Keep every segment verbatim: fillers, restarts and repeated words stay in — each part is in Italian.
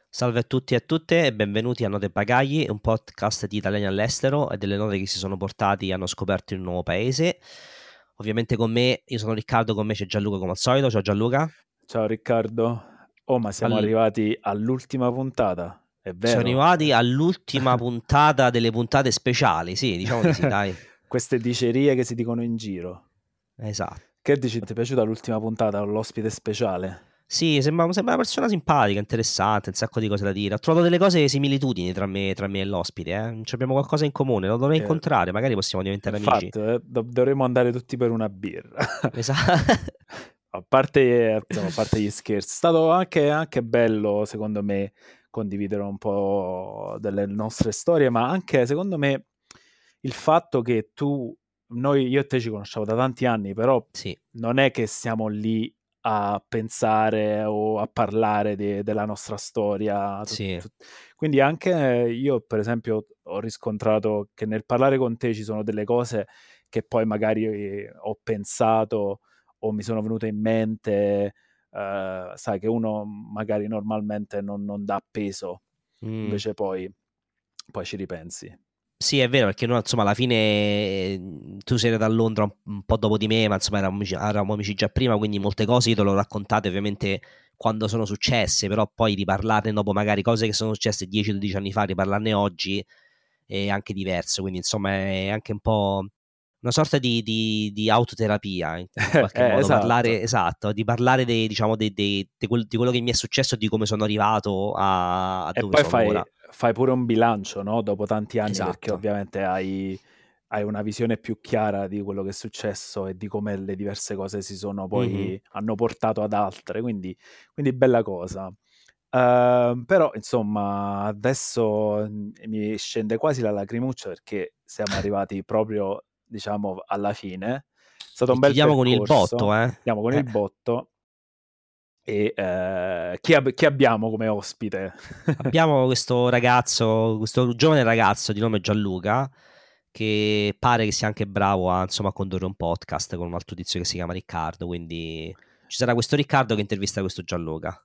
Salve a tutti e a tutte e benvenuti a Note Bagagli, un podcast di italiani all'estero e delle note che si sono portati e hanno scoperto il nuovo paese. Ovviamente con me, io sono Riccardo, con me c'è Gianluca come al solito. Ciao Gianluca. Ciao Riccardo. Oh, ma siamo All- arrivati all'ultima puntata, è Siamo vero? arrivati all'ultima puntata delle puntate speciali, sì, diciamo di sì, dai. Queste dicerie che si dicono in giro. Esatto. Che dici, ti è piaciuta l'ultima puntata con l'ospite speciale? Sì, sembra, sembra una persona simpatica, interessante, un sacco di cose da dire. Ho trovato delle cose similitudini tra me, tra me e l'ospite, eh. Ci abbiamo qualcosa in comune, lo dovrei Eh, incontrare, magari possiamo diventare amici. infatti, eh, dov- dovremmo andare tutti per una birra. Esatto. A parte, insomma, a parte gli scherzi, è stato anche, anche bello, secondo me, condividere un po' delle nostre storie, ma anche, secondo me, il fatto che tu, noi, io e te ci conosciamo da tanti anni, però Sì, non è che siamo lì a pensare o a parlare de- della nostra storia. tut- sì. tut- Quindi anche io, per esempio, ho riscontrato che nel parlare con te ci sono delle cose che poi magari eh, ho pensato o mi sono venute in mente, eh, sai, che uno magari normalmente non, non dà peso, Mm. invece poi, poi ci ripensi. Sì, è vero, perché noi, insomma, alla fine eh, tu sei da Londra un, un po' dopo di me, ma insomma eravamo amici, eravamo amici già prima, quindi molte cose io te le ho raccontate ovviamente quando sono successe, però poi riparlarne dopo magari cose che sono successe dieci dodici anni fa, riparlarne oggi è anche diverso, quindi insomma è anche un po' una sorta di, di- di autoterapia in, in qualche Eh, modo, esatto. parlare, esatto, di parlare dei, diciamo, dei- dei- di, quel- di quello che mi è successo e di come sono arrivato a, a E dove poi sono fai, ora. fai pure un bilancio, no? Dopo tanti anni, perché Esatto. ovviamente hai, hai una visione più chiara di quello che è successo e di come le diverse cose si sono Mhm. poi hanno portato ad altre, quindi, quindi bella cosa. Ehm, però, insomma, adesso mm, mi scende quasi la lacrimuccia perché siamo arrivati proprio, diciamo, alla fine. È stato E un bel chiudiamo con il percorso. botto, eh. Andiamo con Eh, il botto. E eh, chi, ab- chi abbiamo come ospite? Abbiamo questo ragazzo, questo giovane ragazzo di nome Gianluca, che pare che sia anche bravo a, insomma, a condurre un podcast con un altro tizio che si chiama Riccardo, quindi ci sarà questo Riccardo che intervista questo Gianluca.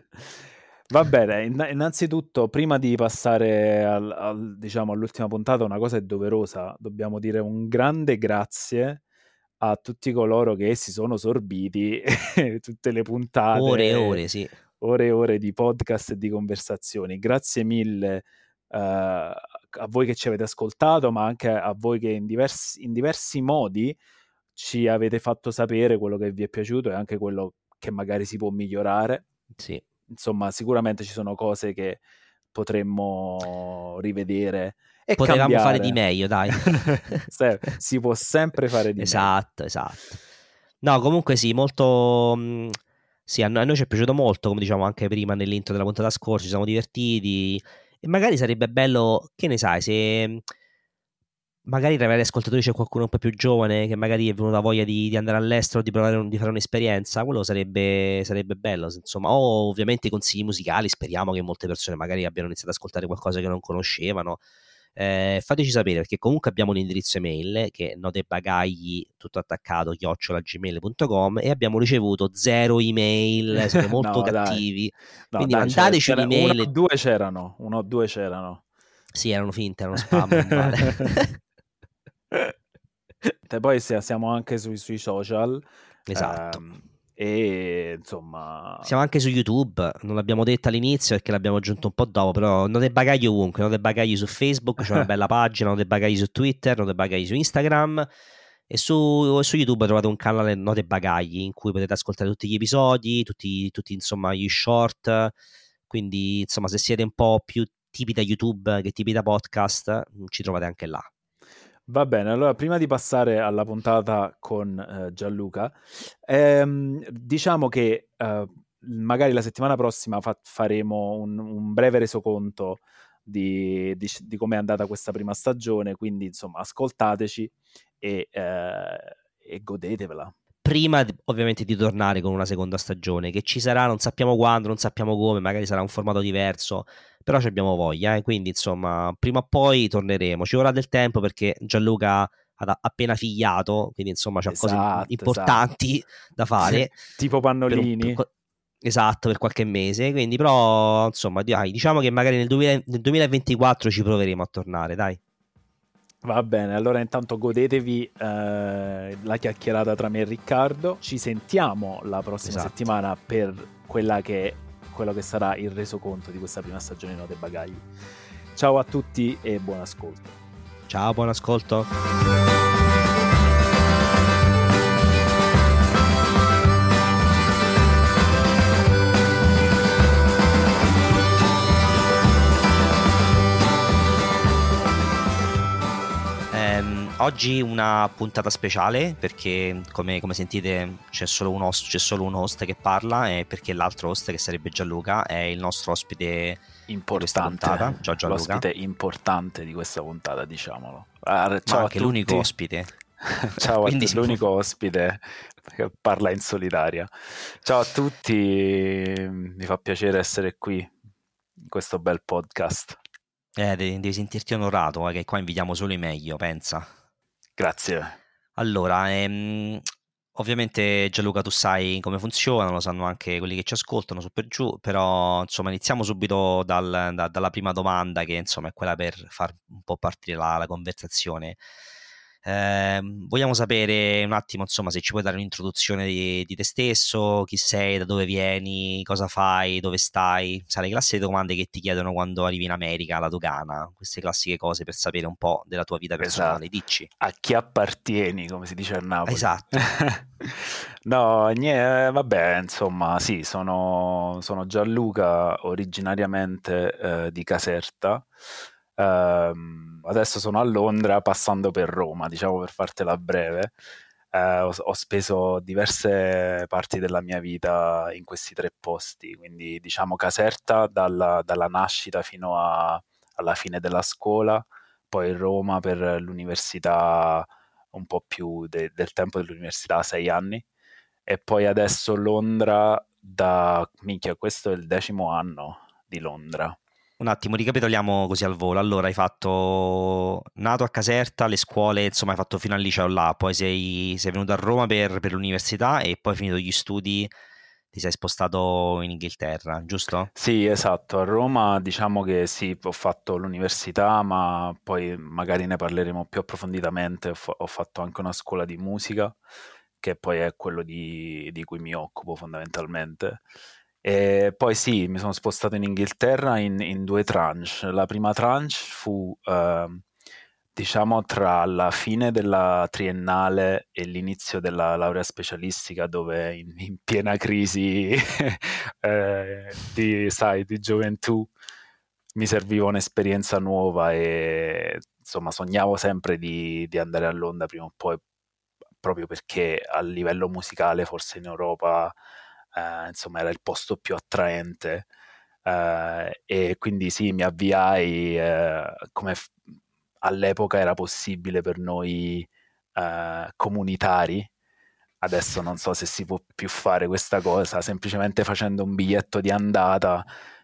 Va bene, inna- innanzitutto, prima di passare al- al- diciamo, all'ultima puntata, una cosa è doverosa. Dobbiamo dire un grande grazie a tutti coloro che si sono sorbiti tutte le Ore e puntate, ore, sì. ore e ore di podcast e di conversazioni. Grazie mille, eh, a voi che ci avete ascoltato, ma anche a voi che in diversi, in diversi modi ci avete fatto sapere quello che vi è piaciuto e anche quello che magari si può migliorare. Sì. Insomma, sicuramente ci sono cose che potremmo rivedere e Potevamo fare di cambiare. meglio, dai. Se- si può sempre fare di meglio. Esatto, esatto. No, comunque sì, molto... mh, sì, a noi, a noi ci è piaciuto molto, come diciamo anche prima nell'intro della puntata scorsa, ci siamo divertiti e magari sarebbe bello, che ne sai, se magari tra i vari ascoltatori c'è qualcuno un po' più giovane che magari è venuta voglia di, di andare all'estero, di provare un- di fare un'esperienza, quello sarebbe, sarebbe bello, se- insomma, o ovviamente consigli musicali, speriamo che molte persone magari abbiano iniziato ad ascoltare qualcosa che non conoscevano. Eh, fateci sapere perché comunque abbiamo un indirizzo email che è notebagagli tutto attaccato chiocciola gmail punto com e abbiamo ricevuto zero email, siete molto No, dai. cattivi, No, quindi dai, ce- mandateci ce n'è- uno o un'email. due c'erano. Uno o due c'erano. Sì, erano finte, erano spam, non vale. E poi se- siamo anche sui, sui social, Esatto. ehm, e insomma, Siamo anche su YouTube, non l'abbiamo detto all'inizio perché l'abbiamo aggiunto un po' dopo, però Note Bagagli ovunque, Note Bagagli su Facebook, c'è una bella pagina, Note Bagagli su Twitter, Note Bagagli su Instagram e su, su YouTube trovate un canale Note Bagagli in cui potete ascoltare tutti gli episodi, tutti, tutti insomma gli short, quindi insomma se siete un po' più tipi da YouTube che tipi da podcast, ci trovate anche là. va bene, allora prima di passare alla puntata con eh, Gianluca, ehm, diciamo che eh, magari la settimana prossima fa- faremo un, un breve resoconto di, di, di come è andata questa prima stagione, quindi insomma ascoltateci e, eh, e godetevela. Prima d- ovviamente di tornare con una seconda stagione che ci sarà, non sappiamo quando, non sappiamo come, magari sarà un formato diverso, però ci abbiamo voglia, eh, quindi insomma prima o poi torneremo, ci vorrà del tempo perché Gianluca ha da- appena figliato, quindi insomma c'ha cose im- Esatto, esatto. importanti da fare Tipo per un, per pannolini. co- Esatto, per qualche mese, quindi però insomma dai, diciamo che magari nel, duemila nel duemilaventiquattro ci proveremo a tornare, dai. Va bene, allora intanto godetevi eh, la chiacchierata tra me e Riccardo. Ci sentiamo la prossima Esatto. settimana per quella che, quello che sarà il resoconto di questa prima stagione di Note e Bagagli. Ciao a tutti e buon ascolto. Ciao, buon ascolto. Oggi una puntata speciale perché come, come sentite c'è solo, un host, c'è solo un host che parla, e perché l'altro host, che sarebbe Gianluca, è il nostro ospite importante di questa puntata. Ciao Gianluca. L'ospite importante di questa puntata, diciamolo. Ah, ciao Ma anche a l'unico ospite. Ciao a tutti, l'unico può... ospite che parla in solitaria. Ciao a tutti, mi fa piacere essere qui in questo bel podcast. Eh, devi, devi sentirti onorato, eh, che qua invitiamo solo i meglio, pensa. Grazie. Allora, ehm, ovviamente Gianluca tu sai come funziona, lo sanno anche quelli che ci ascoltano su per giù, però insomma iniziamo subito dal, da, dalla prima domanda, che insomma è quella per far un po' partire la, la conversazione. Eh, vogliamo sapere un attimo, insomma, se ci puoi dare un'introduzione di, di te stesso, chi sei, da dove vieni, cosa fai, dove stai, sai, le classiche domande che ti chiedono quando arrivi in America, alla dogana, queste classiche cose per sapere un po' della tua vita personale. Esatto. Dici. A chi appartieni, come si dice a Napoli. Esatto. No, niente, vabbè, insomma, sì, sono, sono Gianluca, originariamente eh, di Caserta. Um, adesso sono a Londra, passando per Roma, diciamo, per fartela breve. Uh, ho, ho speso diverse parti della mia vita in questi tre posti, quindi diciamo Caserta dalla, dalla nascita fino a, alla fine della scuola, poi Roma per l'università, un po' più de, del tempo dell'università, sei anni, e poi adesso Londra da, minchia, questo è il decimo anno di Londra. Un attimo, ricapitoliamo così al volo. Allora, hai fatto, nato a Caserta, le scuole, insomma, hai fatto fino al liceo là, poi sei, sei venuto a Roma per, per l'università e poi finito gli studi ti sei spostato in Inghilterra, giusto? Sì, esatto. A Roma diciamo che sì, ho fatto l'università, ma poi magari ne parleremo più approfonditamente. Ho, fa- ho fatto anche una scuola di musica, che poi è quello di, di cui mi occupo fondamentalmente. E poi sì, mi sono spostato in Inghilterra in, in due tranche. La prima tranche fu, ehm, diciamo, tra la fine della triennale e l'inizio della laurea specialistica, dove in, in piena crisi eh, di, sai, di gioventù mi serviva un'esperienza nuova e insomma sognavo sempre di, di andare a Londra prima o poi, proprio perché a livello musicale forse in Europa eh, insomma era il posto più attraente. Eh, e quindi sì, mi avviai eh, come f- all'epoca era possibile per noi eh, comunitari. Adesso non so se si può più fare questa cosa, semplicemente facendo un biglietto di andata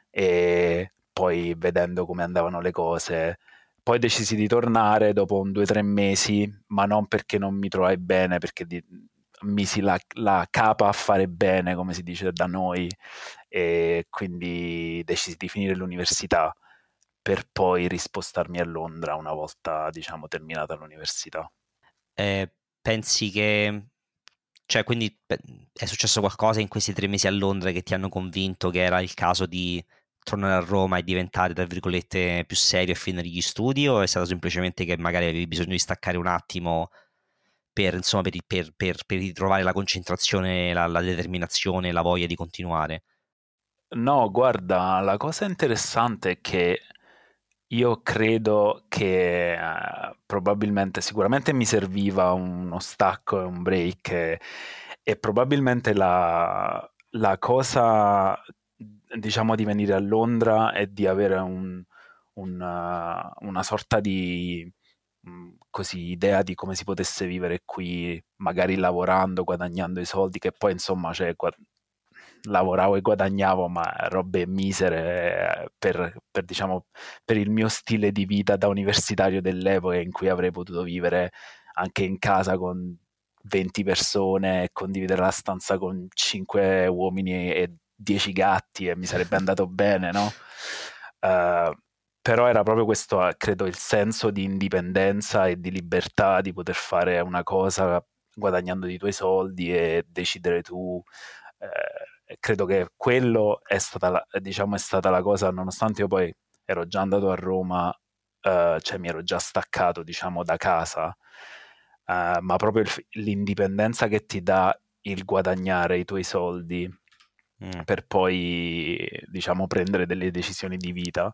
e poi vedendo come andavano le cose. Poi decisi di tornare dopo un due o tre mesi, ma non perché non mi trovai bene, perché di, misi la, la capa a fare bene, come si dice da noi, e quindi decisi di finire l'università per poi rispostarmi a Londra una volta, diciamo, terminata l'università. Eh, pensi che... Cioè, quindi beh, è successo qualcosa in questi tre mesi a Londra che ti hanno convinto che era il caso di tornare a Roma e diventare, tra virgolette, più serio e finire gli studi, o è stato semplicemente che magari avevi bisogno di staccare un attimo per, insomma, per, per, per, per ritrovare la concentrazione, la, la determinazione, la voglia di continuare? No, guarda, la cosa interessante è che io credo che eh, probabilmente, sicuramente mi serviva uno stacco e un break e, e probabilmente la, la cosa, diciamo, di venire a Londra è di avere un, un, uh, una sorta di mh, così, idea di come si potesse vivere qui, magari lavorando, guadagnando i soldi, che poi insomma, cioè, gua- lavoravo e guadagnavo, ma robe misere eh, per, per, diciamo, per il mio stile di vita da universitario dell'epoca, in cui avrei potuto vivere anche in casa con venti persone e condividere la stanza con cinque uomini e dieci gatti e mi sarebbe andato bene, no? Uh, però era proprio questo, credo, il senso di indipendenza e di libertà di poter fare una cosa guadagnando i tuoi soldi e decidere tu. Eh, credo che quello è stata la, diciamo, è stata la cosa, nonostante io poi ero già andato a Roma, eh, cioè mi ero già staccato, diciamo, da casa, eh, ma proprio il, l'indipendenza che ti dà il guadagnare i tuoi soldi mm. per poi, diciamo, prendere delle decisioni di vita.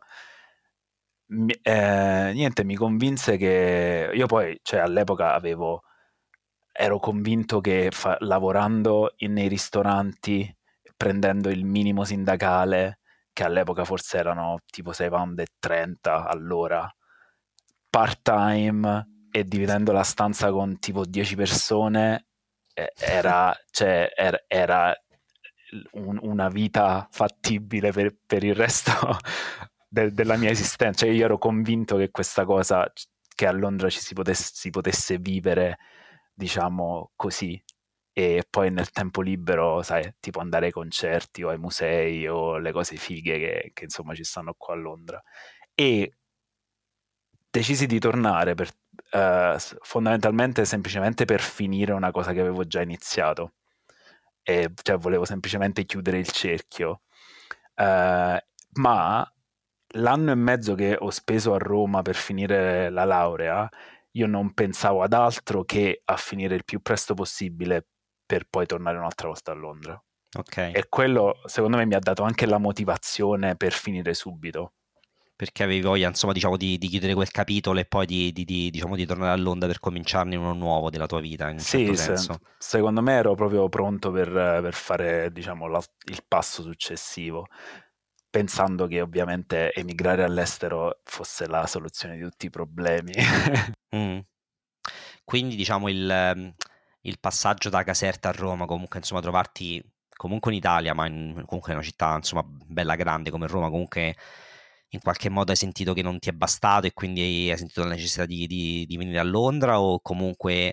Mi, eh, niente, mi convinse che io poi, cioè all'epoca avevo, ero convinto che fa, lavorando in, nei ristoranti, prendendo il minimo sindacale, che all'epoca forse erano tipo sei pound e trenta all'ora, part time e dividendo la stanza con tipo dieci persone, eh, era, cioè, era, era un, una vita fattibile per, per il resto de, della mia esistenza. Cioè, io ero convinto che questa cosa, che a Londra ci si potesse, si potesse vivere, diciamo così, e poi nel tempo libero, sai, tipo andare ai concerti o ai musei o le cose fighe che, che insomma ci stanno qua a Londra. E decisi di tornare per, uh, fondamentalmente semplicemente per finire una cosa che avevo già iniziato, e cioè volevo semplicemente chiudere il cerchio, uh, ma l'anno e mezzo che ho speso a Roma per finire la laurea, io non pensavo ad altro che a finire il più presto possibile per poi tornare un'altra volta a Londra. Okay. E quello secondo me mi ha dato anche la motivazione per finire subito. Perché avevi voglia, insomma, diciamo, di, di chiudere quel capitolo e poi di, di, di, diciamo, di tornare a Londra per cominciarne uno nuovo della tua vita, in un certo Sì, se, senso. secondo me ero proprio pronto per, per fare, diciamo, la, il passo successivo, pensando che ovviamente emigrare all'estero fosse la soluzione di tutti i problemi. Mm. Quindi, diciamo, il, il passaggio da Caserta a Roma, comunque, insomma, trovarti comunque in Italia, ma in, comunque in una città, insomma, bella grande come Roma, comunque in qualche modo hai sentito che non ti è bastato e quindi hai sentito la necessità di, di, di venire a Londra, o comunque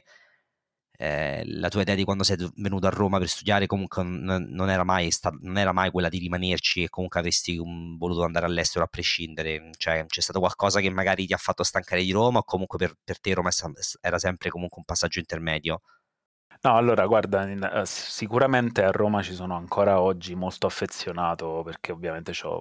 eh, la tua idea di quando sei venuto a Roma per studiare comunque non, non era mai sta, non era mai quella di rimanerci e comunque avresti um, voluto andare all'estero a prescindere? Cioè, c'è stato qualcosa che magari ti ha fatto stancare di Roma, o comunque per, per te Roma era sempre comunque un passaggio intermedio? No, allora, guarda, in, uh, sicuramente a Roma ci sono ancora oggi molto affezionato, perché ovviamente ho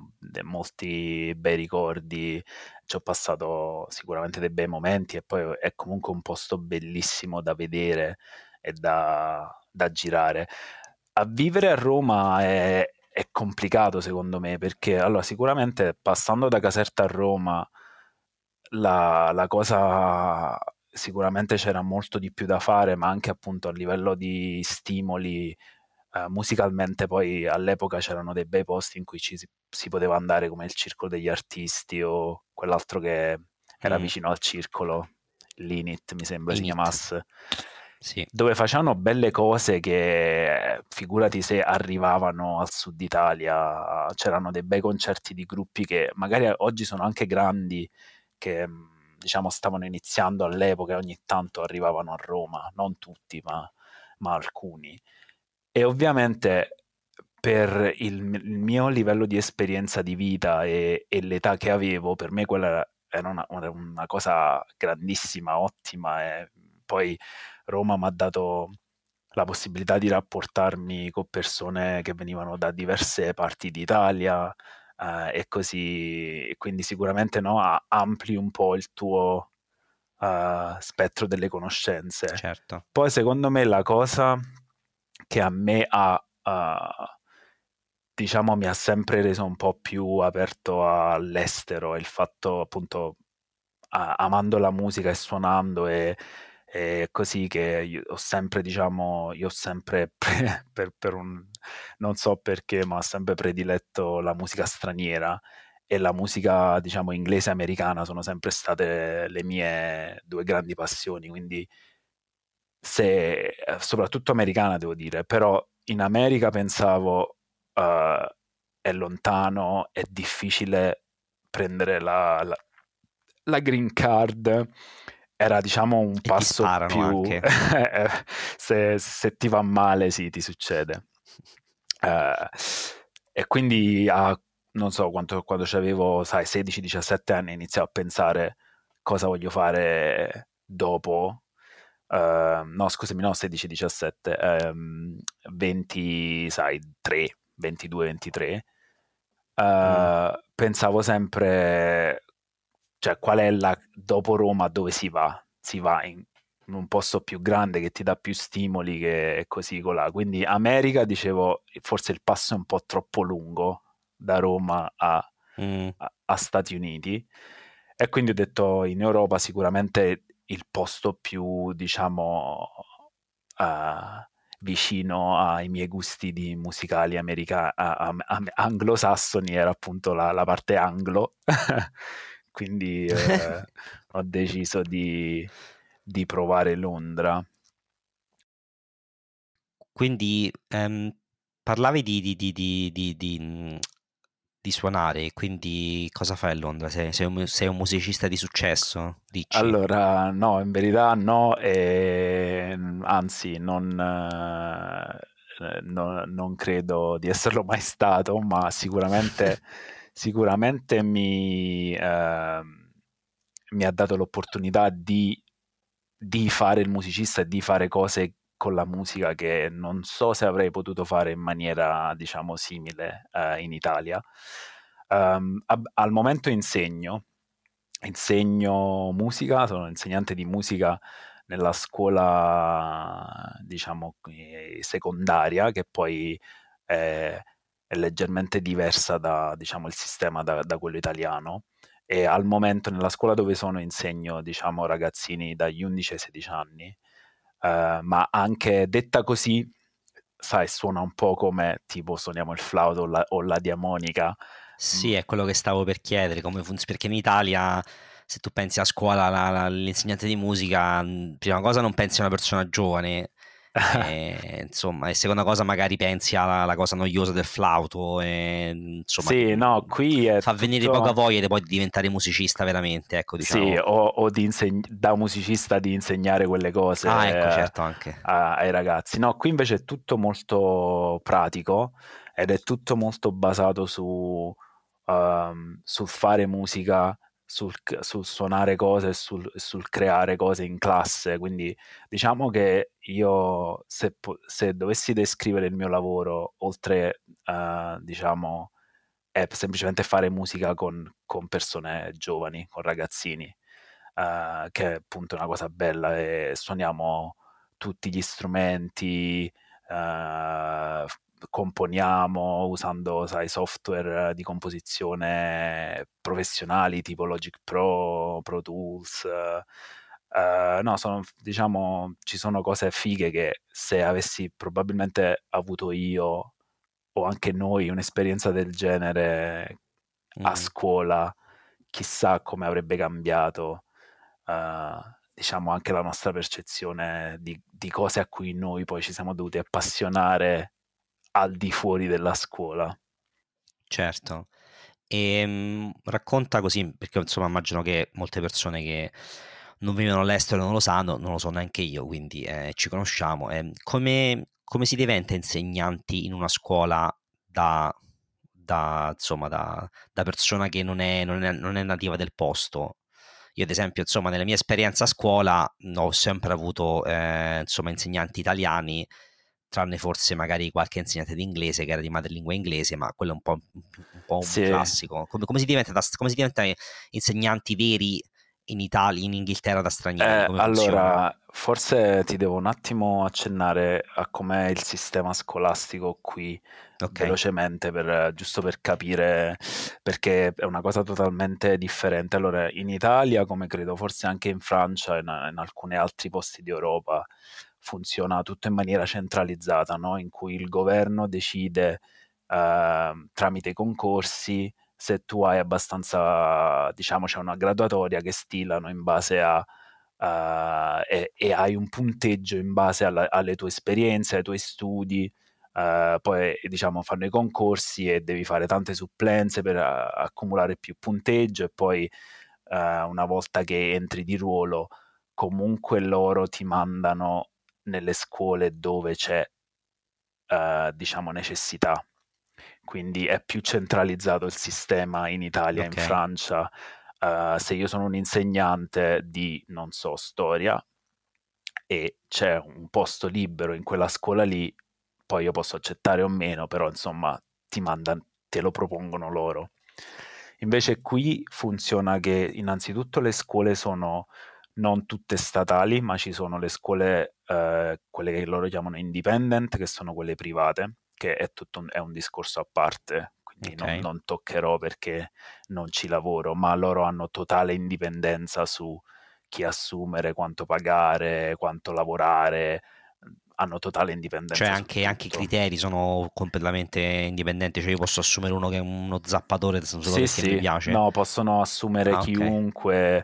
molti bei ricordi, ci ho passato sicuramente dei bei momenti e poi è comunque un posto bellissimo da vedere e da, da girare. A vivere a Roma è, è complicato secondo me, perché allora sicuramente passando da Caserta a Roma la, la cosa, sicuramente c'era molto di più da fare, ma anche appunto a livello di stimoli, eh, musicalmente poi all'epoca c'erano dei bei posti in cui ci si, si poteva andare, come il Circolo degli Artisti o quell'altro che era Mm. vicino al circolo, l'I N I T mi sembra si Init, chiamasse, sì. dove facevano belle cose che, figurati se arrivavano al sud Italia, c'erano dei bei concerti di gruppi che magari oggi sono anche grandi, che diciamo stavano iniziando all'epoca e ogni tanto arrivavano a Roma, non tutti, ma, ma alcuni. E ovviamente per il, il mio livello di esperienza di vita e, e l'età che avevo, per me quella era una, una cosa grandissima, ottima, e poi Roma mi ha dato la possibilità di rapportarmi con persone che venivano da diverse parti d'Italia, eh, e così, quindi sicuramente no, ampli un po' il tuo uh, spettro delle conoscenze. Certo. Poi secondo me la cosa che a me ha, uh, diciamo, mi ha sempre reso un po' più aperto all'estero è il fatto, appunto, a, amando la musica e suonando e, e così, che io ho sempre, diciamo, io ho sempre pre, per, per un, non so perché, ma ho sempre prediletto la musica straniera, e la musica, diciamo, inglese e americana sono sempre state le mie due grandi passioni, quindi se, soprattutto americana devo dire, però in America pensavo uh, è lontano, è difficile prendere la, la, la green card, era diciamo un E ti passo sparano più anche. se, se ti va male sì, ti succede. Eh, e quindi a, non so quanto, quando avevo, sai, sedici diciassette anni iniziavo a pensare cosa voglio fare dopo. Eh, no, scusami, no, sedici diciassette, ehm, venti, sai, tre, ventidue, ventitré. Mm. Eh, pensavo sempre, cioè, qual è la, dopo Roma dove si va? Si va in, in un posto più grande che ti dà più stimoli che così colà. Quindi America, dicevo, forse il passo è un po' troppo lungo da Roma a, Mm. a- a Stati Uniti. E quindi ho detto in Europa sicuramente il posto più, diciamo, eh, vicino ai miei gusti di musicali america- a- a- a- anglosassoni era appunto la, la parte anglo. Quindi eh, ho deciso di, di provare Londra. Quindi ehm, parlavi di, di- di- di- di- di, mh, di suonare, quindi cosa fai a Londra? Sei, sei un, sei un musicista di successo? Dici? Allora, no, in verità no, e, anzi, non, eh, no- non credo di esserlo mai stato, ma sicuramente, sicuramente mi, ehm, mi ha dato l'opportunità di, di fare il musicista e di fare cose con la musica che non so se avrei potuto fare in maniera, diciamo, simile, eh, in Italia. Ehm, ab- al momento insegno, insegno musica, sono insegnante di musica nella scuola, diciamo, eh, secondaria, che poi è, è leggermente diversa da, diciamo, il sistema da, da quello italiano. E al momento nella scuola dove sono insegno, diciamo, ragazzini dagli undici ai sedici anni, eh, ma anche detta così, sai, suona un po' come tipo suoniamo il flauto o la, o la diamonica. Mm. Sì, è quello che stavo per chiedere, come funziona, perché in Italia, se tu pensi a scuola, la- la- l'insegnante di musica, mh, prima cosa non pensi a una persona giovane, e, insomma, e seconda cosa magari pensi alla, alla cosa noiosa del flauto, e, insomma, che Sì, no, mh, qui è fa venire poca tutto. voglia di poi di diventare musicista veramente, ecco, Sì, diciamo. o, o di inseg- da musicista di insegnare quelle cose Ah, ecco, eh, certo, anche. a- ai ragazzi. No, qui invece è tutto molto pratico ed è tutto molto basato su, ehm, sul fare musica, sul, c- sul suonare cose, sul, sul creare cose in classe. Quindi diciamo che io, se, po- se dovessi descrivere il mio lavoro, oltre, eh, diciamo, è semplicemente fare musica con, con persone giovani, con ragazzini, eh, che è appunto una cosa bella e suoniamo tutti gli strumenti, eh, componiamo usando, sai, software di composizione professionali tipo Logic Pro, Pro Tools. Eh, eh, no, sono, diciamo, ci sono cose fighe che se avessi probabilmente avuto io o anche noi un'esperienza del genere a Mm. scuola, chissà come avrebbe cambiato, eh, diciamo, anche la nostra percezione di, di cose a cui noi poi ci siamo dovuti appassionare al di fuori della scuola. Certo. E racconta così, perché insomma immagino che molte persone che non vivono all'estero non lo sanno, non lo so neanche io, quindi eh, ci conosciamo. Eh, come, come si diventa insegnanti in una scuola da, da, insomma, da, da persona che non è, non è- non è nativa del posto? Io, ad esempio, insomma, nella mia esperienza a scuola mh, ho sempre avuto eh, insomma, insegnanti italiani, tranne forse magari qualche insegnante di inglese che era di madrelingua inglese, ma quello è un po', un po' un Sì. classico. Come, come si diventa, da- come si diventa insegnanti veri in Italia, in Inghilterra da stranieri? Eh, Come funziona? allora, forse ti devo un attimo accennare a com'è il sistema scolastico qui, Ok. velocemente, per- giusto per capire, perché è una cosa totalmente differente. Allora, in Italia, come credo forse anche in Francia e in, in alcuni altri posti di Europa, funziona tutto in maniera centralizzata, no? In cui il governo decide, eh, tramite i concorsi, se tu hai abbastanza, diciamo, c'è una graduatoria che stilano in base a, uh, e, e, hai un punteggio in base alla, alle tue esperienze, ai tuoi studi, uh, poi diciamo fanno i concorsi e devi fare tante supplenze per uh, accumulare più punteggio e poi uh, una volta che entri di ruolo comunque loro ti mandano nelle scuole dove c'è eh, diciamo, necessità. Quindi è più centralizzato il sistema in Italia, in Ok. Francia. Uh, se io sono un insegnante di, non so, storia e c'è un posto libero in quella scuola lì, poi io posso accettare o meno, però insomma ti mandano, te lo propongono loro. Invece qui funziona che innanzitutto le scuole sono non tutte statali, ma ci sono le scuole, eh, quelle che loro chiamano independent, che sono quelle private, che è tutto un, è un discorso a parte, quindi non, Ok. non toccherò perché non ci lavoro, ma loro hanno totale indipendenza su chi assumere, quanto pagare, quanto lavorare, hanno totale Cioè indipendenza su anche, anche i tutto. criteri sono completamente indipendenti, cioè io posso assumere uno che è uno zappatore solo Sì, perché mi sì, piace. no, possono assumere Ah, ok. chiunque,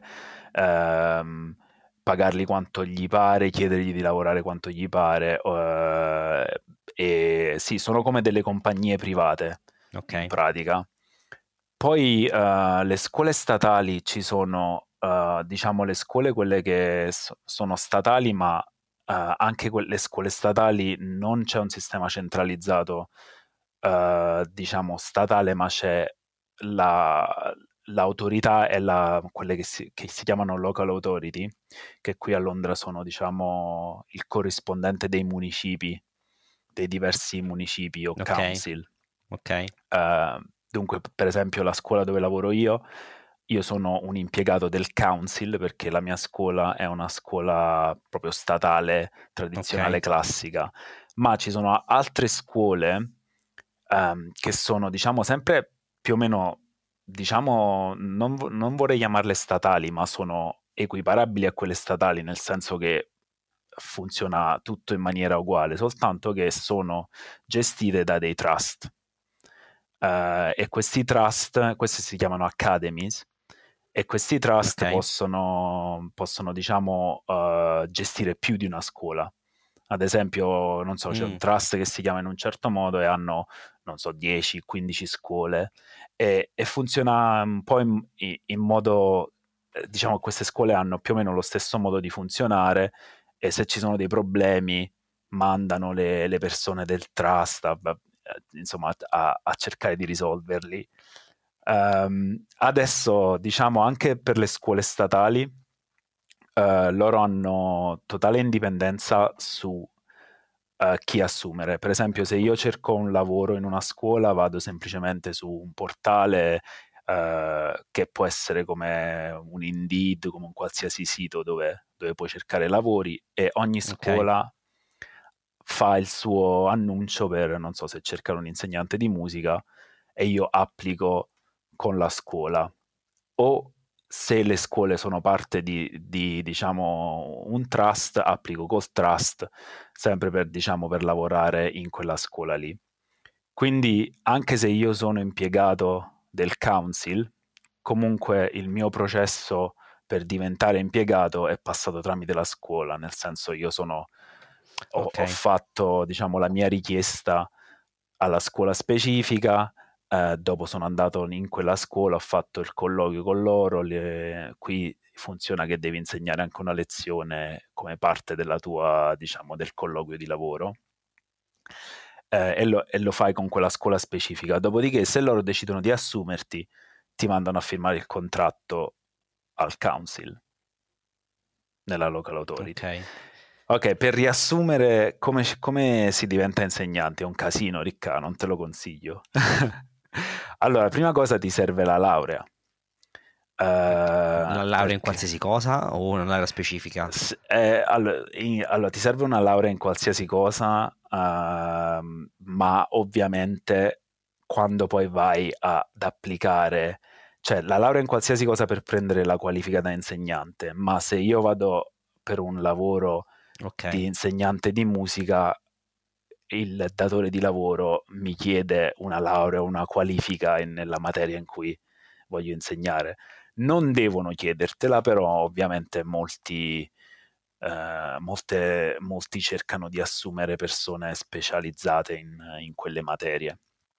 ehm, pagargli quanto gli pare, chiedergli di lavorare quanto gli pare, eh, e sì, sono come delle compagnie private Ok. in pratica. Poi eh, le scuole statali ci sono, eh, diciamo, le scuole quelle che so- sono statali, ma eh, anche quelle scuole statali non c'è un sistema centralizzato, eh, diciamo, statale, ma c'è la- l'autorità e la, quelle che si, che si chiamano local authority, che qui a Londra sono, diciamo, il corrispondente dei municipi, dei diversi municipi o Ok. council. Ok. Eh, dunque, per esempio, la scuola dove lavoro io, io sono un impiegato del council perché la mia scuola è una scuola proprio statale, tradizionale, Ok. classica, ma ci sono altre scuole ehm, che sono, diciamo, sempre più o meno, diciamo, non, vo- non vorrei chiamarle statali, ma sono equiparabili a quelle statali, nel senso che funziona tutto in maniera uguale, soltanto che sono gestite da dei trust. Eh, e questi trust, questi si chiamano academies, e questi Ok. trust possono, possono diciamo, eh, gestire più di una scuola. Ad esempio, non so, c'è un Mm, trust che si chiama in un certo modo e hanno, non so, dieci quindici scuole e, e funziona un po' in, in modo, eh, diciamo, queste scuole hanno più o meno lo stesso modo di funzionare e se ci sono dei problemi mandano le, le persone del trust a, a- insomma, a, a cercare di risolverli. Ehm, adesso, diciamo, anche per le scuole statali, eh, loro hanno totale indipendenza su eh, chi assumere. Per esempio, se io cerco un lavoro in una scuola, vado semplicemente su un portale eh, che può essere come un Indeed, come un qualsiasi sito dove, dove puoi cercare lavori e ogni ok. scuola fa il suo annuncio per, non so, se cercano un insegnante di musica e io applico con la scuola. O se le scuole sono parte di, di, diciamo, un trust, applico col trust, sempre per, diciamo, per lavorare in quella scuola lì. Quindi, anche se io sono impiegato del council, comunque il mio processo per diventare impiegato è passato tramite la scuola, nel senso io sono, ho, Ok. ho fatto, diciamo, la mia richiesta alla scuola specifica, eh, dopo sono andato in quella scuola, ho fatto il colloquio con loro, le- qui funziona che devi insegnare anche una lezione come parte della tua, diciamo, del colloquio di lavoro. Eh, e, lo, e lo fai con quella scuola specifica. Dopodiché, se loro decidono di assumerti, ti mandano a firmare il contratto al council, nella local authority. Ok. Ok, per riassumere come, come si diventa insegnante, è un casino, Ricca, non te lo consiglio. Allora, prima cosa ti serve la laurea. La Eh, laurea in perché qualsiasi cosa o una laurea specifica? s- eh, allo- in- allora, ti serve una laurea in qualsiasi cosa, ehm, ma ovviamente quando poi vai a- ad applicare, cioè la laurea in qualsiasi cosa per prendere la qualifica da insegnante, ma se io vado per un lavoro Ok. di insegnante di musica, il datore di lavoro mi chiede una laurea, una qualifica in- nella materia in cui voglio insegnare. Non devono chiedertela, però ovviamente molti, eh, molte- molti cercano di assumere persone specializzate in, in quelle materie.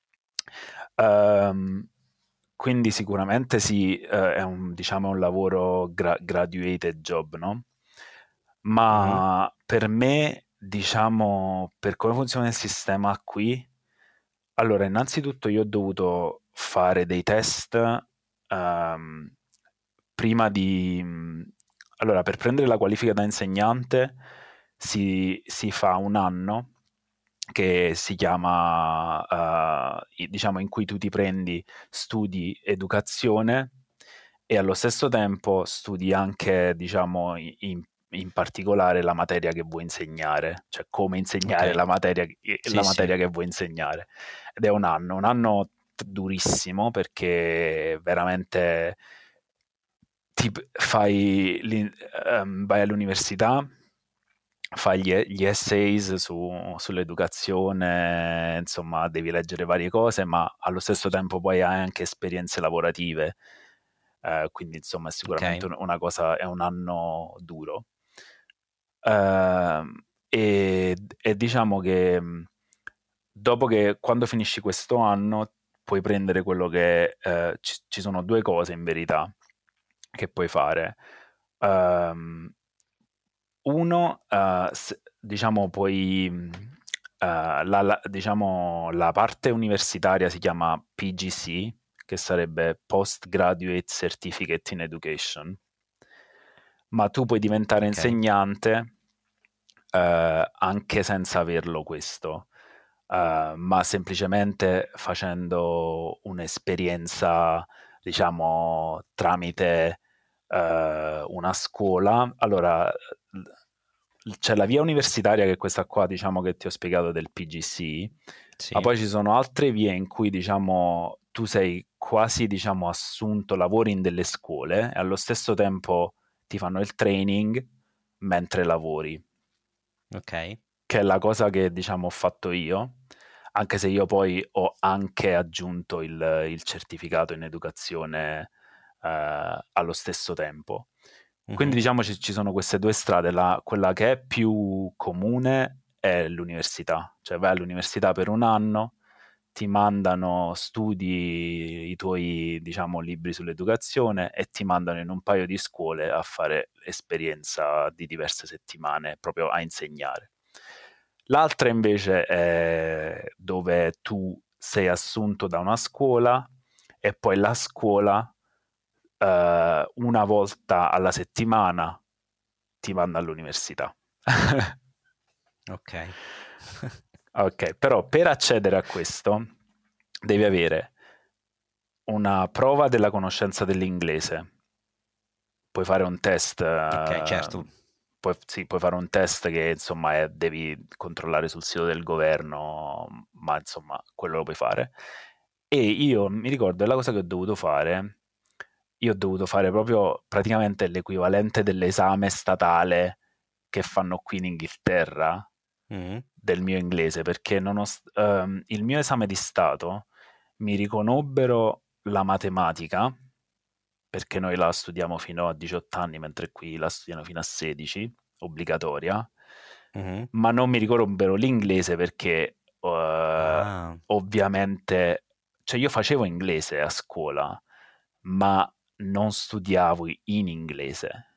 Ehm, quindi sicuramente sì, eh, è un, diciamo, un lavoro gra- graduated job, no? Mhm. Ma per me, diciamo, per come funziona il sistema qui, allora, innanzitutto io ho dovuto fare dei test ehm, prima di... Allora, per prendere la qualifica da insegnante si, si fa un anno che si chiama, eh, diciamo, in cui tu ti prendi, studi educazione e allo stesso tempo studi anche, diciamo, in, in particolare la materia che vuoi insegnare, cioè come insegnare Ok. la materia, la Sì, sì. materia che vuoi insegnare. Ed è un anno, un anno t- durissimo perché veramente ti fai, l'in- ehm, vai all'università, fai gli, gli essays su- sull'educazione, insomma, devi leggere varie cose, ma allo stesso tempo poi hai anche esperienze lavorative. Eh, quindi, insomma, è sicuramente Ok. un- una cosa, è un anno duro. Ehm, e, e diciamo che mh, dopo che quando finisci questo anno puoi prendere quello che eh, ci, ci sono due cose in verità che puoi fare. Ehm, uno, eh, s- diciamo, puoi, mh, eh, la, la- diciamo, la parte universitaria si chiama P G C, che sarebbe Postgraduate Certificate in Education, ma tu puoi diventare Ok. insegnante eh, anche senza averlo questo, eh, ma semplicemente facendo un'esperienza, diciamo, tramite eh, una scuola. Allora, l- c'è la via universitaria che è questa qua, diciamo, che ti ho spiegato del P G C, ma Sì. poi ci sono altre vie in cui, diciamo, tu sei quasi, diciamo, assunto, lavori in delle scuole e allo stesso tempo ti fanno il training mentre lavori, Ok. che è la cosa che diciamo ho fatto io, anche se io poi ho anche aggiunto il, il certificato in educazione eh, allo stesso tempo. Quindi Mhm. diciamo ci, ci sono queste due strade, la- quella che è più comune è l'università, cioè vai all'università per un anno, ti mandano, studi i tuoi, diciamo, libri sull'educazione e ti mandano in un paio di scuole a fare esperienza di diverse settimane, proprio a insegnare. L'altra invece è dove tu sei assunto da una scuola e poi la scuola eh, una volta alla settimana ti manda all'università. Ok. Ok, però per accedere a questo devi avere una prova della conoscenza dell'inglese. Puoi fare un test, Ok, eh, certo. puoi, sì, puoi fare un test che insomma è- devi controllare sul sito del governo, ma insomma quello lo puoi fare. E io mi ricordo la cosa che ho dovuto fare, io ho dovuto fare proprio praticamente l'equivalente dell'esame statale che fanno qui in Inghilterra Mhm. del mio inglese, perché nonost- ehm, il mio esame di Stato mi riconobbero la matematica, perché noi la studiamo fino a diciotto anni, mentre qui la studiano fino a sedici, obbligatoria, Mhm. ma non mi riconobbero l'inglese perché eh, Ah. ovviamente, cioè io facevo inglese a scuola, ma non studiavo in inglese.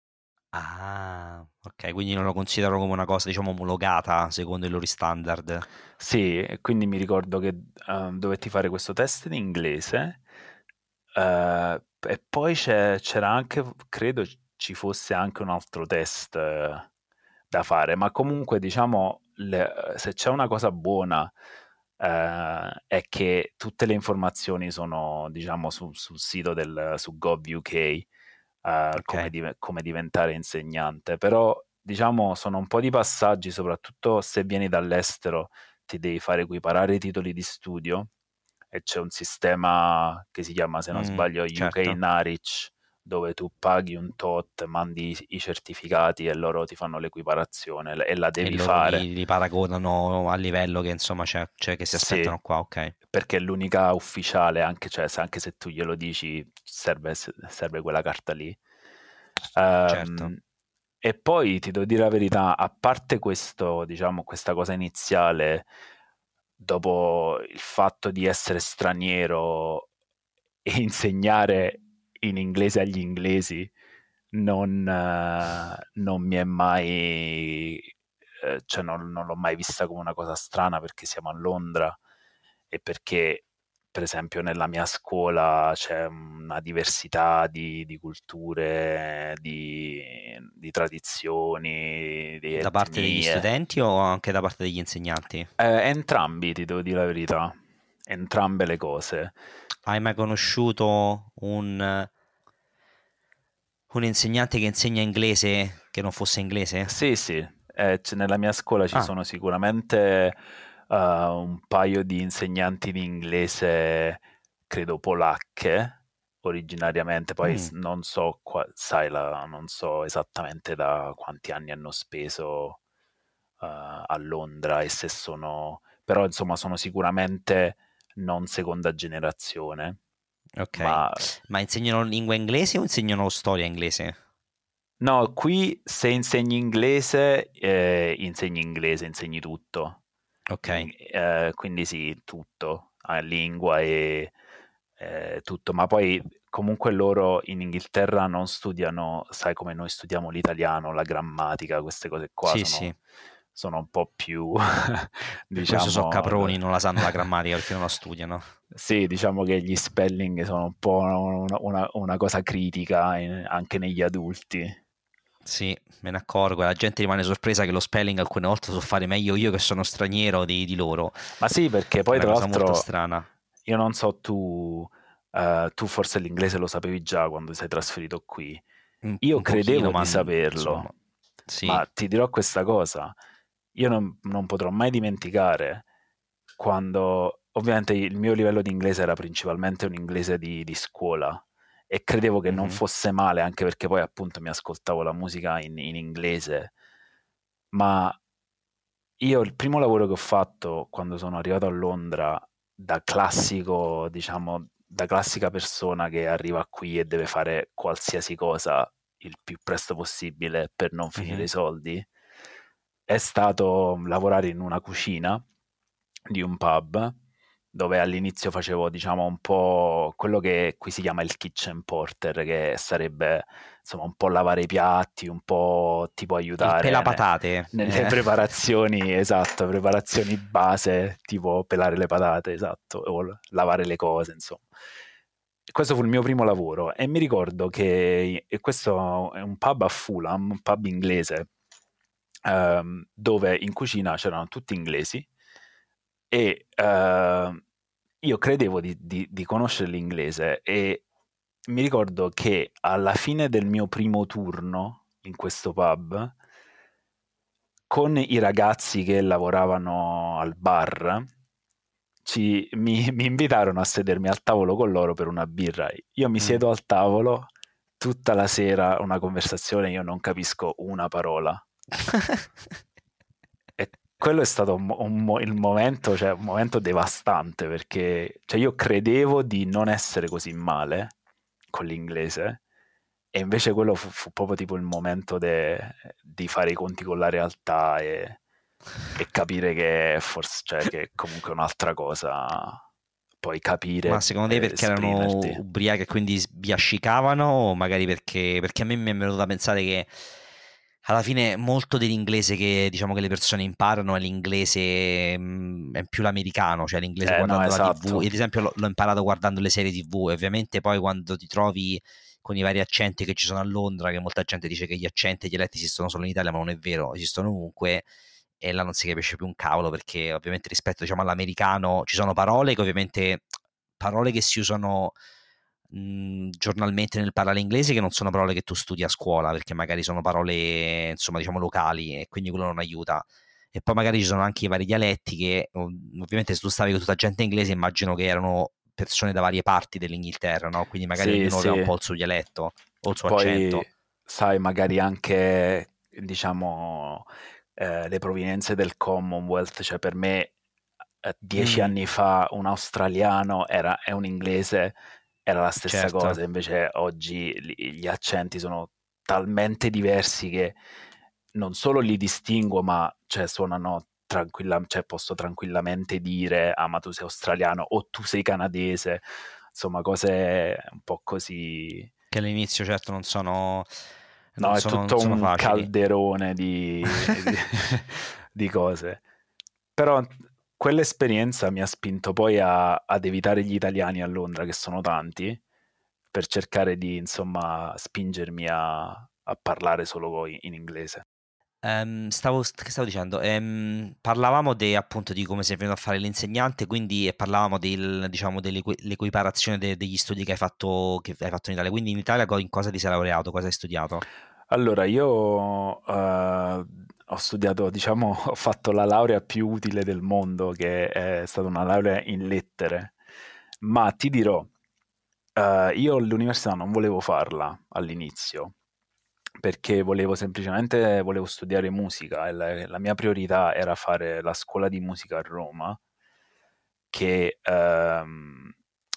Ah. Ok, quindi non lo considero come una cosa, diciamo, omologata secondo i loro standard. Sì, e quindi mi ricordo che eh, dovetti fare questo test in inglese eh, e poi c'è- c'era anche, credo ci fosse anche un altro test eh, da fare, ma comunque diciamo le- se c'è una cosa buona eh, è che tutte le informazioni sono diciamo su- sul sito del su GovUK eh, come, Ok. div- come diventare insegnante, però diciamo sono un po' di passaggi, soprattutto se vieni dall'estero ti devi fare equiparare i titoli di studio e c'è un sistema che si chiama, se non Mm, sbaglio, U K certo. Narich, dove tu paghi un tot, mandi i i certificati e loro ti fanno l'equiparazione e la E devi loro fare. li, li paragonano al livello che insomma c'è, c'è che si Sì, aspettano qua, ok. perché è l'unica ufficiale, anche, cioè, se- anche se tu glielo dici, serve, serve quella carta lì. Certo. Ehm, e poi ti devo dire la verità, a parte questo, diciamo, questa cosa iniziale, dopo il fatto di essere straniero e insegnare in inglese agli inglesi, non, eh, non mi è mai eh, cioè non, non l'ho mai vista come una cosa strana perché siamo a Londra e perché per esempio nella mia scuola c'è una diversità di, di culture, di, di tradizioni, di Da parte degli etnie. studenti o anche da parte degli insegnanti? Eh, entrambi, ti devo dire la verità, entrambe le cose. Hai mai conosciuto un, un insegnante che insegna inglese che non fosse inglese? Sì, sì, eh, c- nella mia scuola ci Ah, sono sicuramente eh, un paio di insegnanti di inglese, credo polacche, originariamente, poi s- mm, non so, qua- sai, la- non so esattamente da quanti anni hanno speso eh, a Londra e se sono, però insomma sono sicuramente non seconda generazione, ok. ma Ma insegnano lingua inglese o insegnano storia inglese? no, qui se insegni inglese, eh, insegni inglese, insegni tutto. Ok. In- eh, quindi sì, tutto, eh, lingua e eh, tutto, ma poi comunque loro in Inghilterra non studiano, sai come noi studiamo l'italiano, la grammatica, queste cose qua Sì, sì. sono, sono un po' più, Per questo so diciamo, caproni, l- non la sanno la grammatica perché non la studiano. sì, diciamo che gli spelling sono un po' una, una- una cosa critica in- anche negli adulti. Sì, me ne accorgo. La gente rimane sorpresa che lo spelling alcune volte so fare meglio io che sono straniero di, di loro. Ma sì, perché Che è poi una tra cosa molto l'altro strana. io non so tu, eh, tu forse l'inglese lo sapevi già quando ti sei trasferito qui. Un, Io un pochino, credevo ma di insomma, saperlo, sì. ma ti dirò questa cosa, io non, non potrò mai dimenticare quando ovviamente il mio livello di inglese era principalmente un inglese di, di scuola e credevo che non Mhm, fosse male, anche perché poi appunto mi ascoltavo la musica in, in inglese, ma io il primo lavoro che ho fatto quando sono arrivato a Londra da classico, diciamo, da classica persona che arriva qui e deve fare qualsiasi cosa il più presto possibile per non finire mhm. i soldi, è stato lavorare in una cucina di un pub dove all'inizio facevo, diciamo, un po' quello che qui si chiama il kitchen porter, che sarebbe insomma un po' lavare i piatti, un po' tipo Il aiutare ne- pelapatate. nelle Eh. preparazioni, esatto, preparazioni base, tipo pelare le patate, esatto, o l- lavare le cose, insomma. Questo fu il mio primo lavoro e mi ricordo che e questo è un pub a Fulham, un pub inglese, ehm, dove in cucina c'erano tutti inglesi e ehm, io credevo di, di- di conoscere l'inglese e mi ricordo che alla fine del mio primo turno in questo pub, con i ragazzi che lavoravano al bar, ci- mi, mi invitarono a sedermi al tavolo con loro per una birra. Io mi Mm. siedo al tavolo, tutta la sera una conversazione, io non capisco una parola. E quello è stato un mo- un mo- il momento, cioè, un momento devastante perché cioè, io credevo di non essere così male con l'inglese e invece quello fu, fu proprio tipo il momento de- di fare i conti con la realtà e, e capire che forse, cioè, che comunque è un'altra cosa poi Ma capire secondo te e perché erano esprimerti. ubriachi e quindi sbiascicavano o magari perché, perché a me mi è venuto da pensare che alla fine molto dell'inglese che diciamo che le persone imparano è l'inglese mh, è più l'americano, cioè l'inglese Eh no, guardando la T V. esatto. Io ad esempio l'ho, l'ho imparato guardando le serie T V e ovviamente poi quando ti trovi con i vari accenti che ci sono a Londra, che molta gente dice che gli accenti e i dialetti esistono solo in Italia, ma non è vero, esistono ovunque e là non si capisce più un cavolo perché ovviamente rispetto diciamo, all'americano ci sono parole che ovviamente parole che si usano mh, giornalmente nel parlare inglese che non sono parole che tu studi a scuola perché magari sono parole insomma diciamo locali e quindi quello non aiuta e poi magari ci sono anche i vari dialetti che ov- ovviamente se tu stavi con tutta gente inglese immagino che erano persone da varie parti dell'Inghilterra, no? Quindi magari Sì, ognuno aveva un sì. po' il suo dialetto o il suo Poi, accento. sai, magari anche, diciamo, eh, le provenienze del Commonwealth, cioè per me eh, dieci Mm, anni fa un australiano era, è un inglese, era la stessa certo. cosa, invece oggi li- gli accenti sono talmente diversi che non solo li distingo, ma cioè, suonano tranquilla, cioè, posso tranquillamente dire, ah, ma tu sei australiano o tu sei canadese, insomma, cose un po' così. Che all'inizio certo non sono, No, non è sono, non tutto sono un facili. calderone di, di, di cose. Però quell'esperienza mi ha spinto poi a- ad evitare gli italiani a Londra, che sono tanti, per cercare di, insomma, spingermi a, a parlare solo in, in inglese. Ehm, stavo, che stavo dicendo? Ehm, parlavamo de- appunto di come sei venuto a fare l'insegnante, quindi e parlavamo del, diciamo, dell'equiparazione de- degli studi che hai fatto, che hai fatto in Italia. Quindi in Italia co- in cosa ti sei laureato? Cosa hai studiato? Allora, io eh, ho studiato, diciamo, ho fatto la laurea più utile del mondo, che è stata una laurea in lettere, ma ti dirò, eh, io l'università non volevo farla all'inizio, perché volevo semplicemente volevo studiare musica e la, la mia priorità era fare la scuola di musica a Roma, che ehm,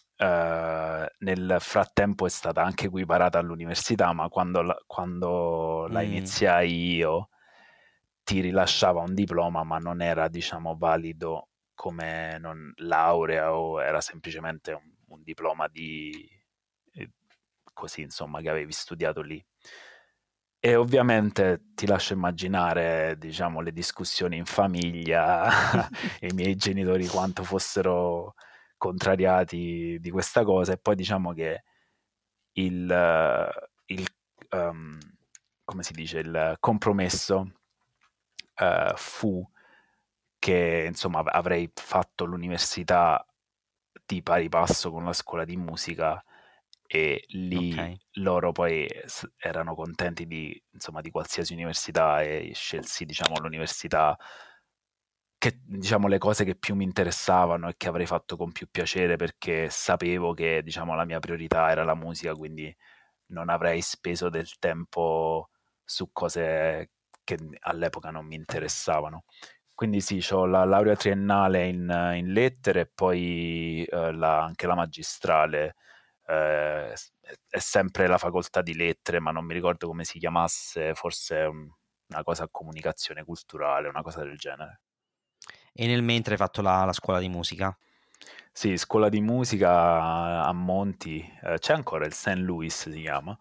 eh, nel frattempo è stata anche equiparata all'università, ma quando la, quando la Mm, iniziai io ti rilasciava un diploma, ma non era, diciamo, valido come non, laurea o era semplicemente un, un diploma di eh, così, insomma, che avevi studiato lì. E ovviamente ti lascio immaginare, diciamo, le discussioni in famiglia e i miei genitori quanto fossero contrariati di questa cosa. E poi diciamo che il, eh, il, ehm, come si dice, il compromesso eh, fu che insomma av- avrei fatto l'università di pari passo con la scuola di musica e lì ok. loro poi s- erano contenti di, insomma, di qualsiasi università e scelsi, diciamo, l'università che, diciamo, le cose che più mi interessavano e che avrei fatto con più piacere perché sapevo che, diciamo, la mia priorità era la musica, quindi non avrei speso del tempo su cose che all'epoca non mi interessavano. Quindi sì, ho la laurea triennale in, in lettere e poi eh, la- anche la magistrale. eh, è sempre la facoltà di lettere, ma non mi ricordo come si chiamasse, forse un- una cosa a comunicazione culturale, una cosa del genere. E nel mentre hai fatto la, la scuola di musica? Sì, scuola di musica a a Monti, eh, c'è ancora il Saint Louis si chiama.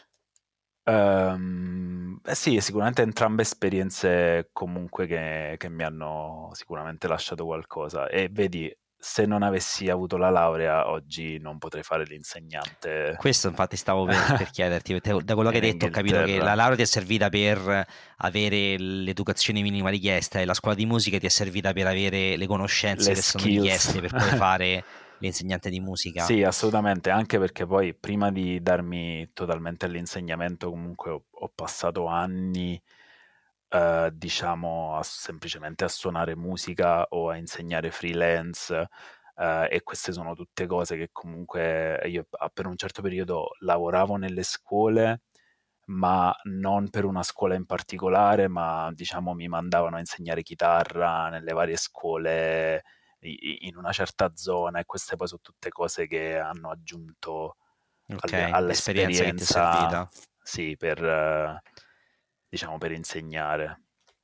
Ehm, eh sì, sicuramente entrambe esperienze comunque che, che mi hanno sicuramente lasciato qualcosa. E vedi, se non avessi avuto la laurea, oggi non potrei fare l'insegnante Questo infatti stavo per, per chiederti, te- da quello che hai in detto ho capito che Inghilterra. la laurea ti è servita per avere l'educazione minima richiesta e la scuola di musica ti è servita per avere le conoscenze Le che sono skills. richieste per poi fare l'insegnante di musica. Sì, assolutamente, anche perché poi prima di darmi totalmente all'insegnamento, comunque ho, ho passato anni, eh, diciamo, a- semplicemente a suonare musica o a insegnare freelance, eh, e queste sono tutte cose che comunque io a- per un certo periodo lavoravo nelle scuole, ma non per una scuola in particolare, ma diciamo mi mandavano a insegnare chitarra nelle varie scuole i- in una certa zona e queste poi sono tutte cose che hanno aggiunto Ok, al- l'esperienza che ti è all'esperienza, servita. sì, per, eh, diciamo, per insegnare.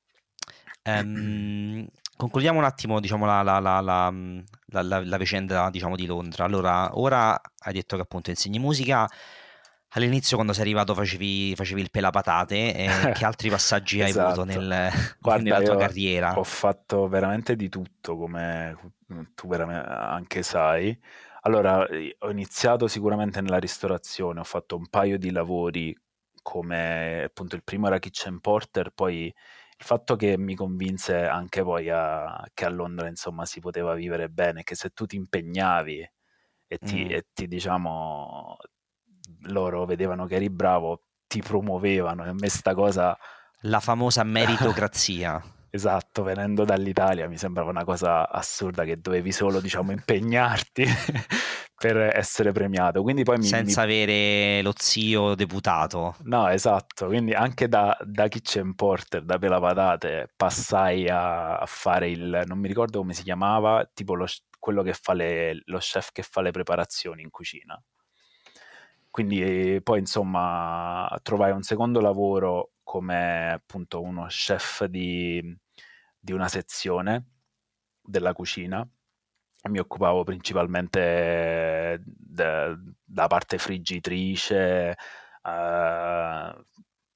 Ehm, concludiamo un attimo, diciamo, la, la- la- la- mh, la- la- la vicenda, diciamo, di Londra. Allora, ora hai detto che appunto insegni musica. All'inizio, quando sei arrivato, facevi, facevi il pelapatate. E che altri passaggi hai avuto Esatto. nel- Guarda, nella tua io carriera? ho fatto veramente di tutto, come tu veramente anche sai. Allora, eh, ho iniziato sicuramente nella ristorazione, ho fatto un paio di lavori come appunto il primo era kitchen porter, poi il fatto che mi convinse anche poi a- che a Londra insomma si poteva vivere bene, che se tu ti impegnavi e ti, Mm, e ti diciamo loro vedevano che eri bravo, ti promuovevano e a me sta cosa la famosa meritocrazia. esatto, venendo dall'Italia mi sembrava una cosa assurda che dovevi solo, diciamo, impegnarti per essere premiato. Quindi poi mi, mi- Senza avere lo zio deputato. No, esatto, quindi anche da, da kitchen porter, da pelapatate, passai a, a fare il, non mi ricordo come si chiamava, tipo lo, quello che fa le, lo chef che fa le preparazioni in cucina. Quindi poi insomma trovai un secondo lavoro come appunto uno chef di, di una sezione della cucina. Mi occupavo principalmente de- della parte friggitrice, eh,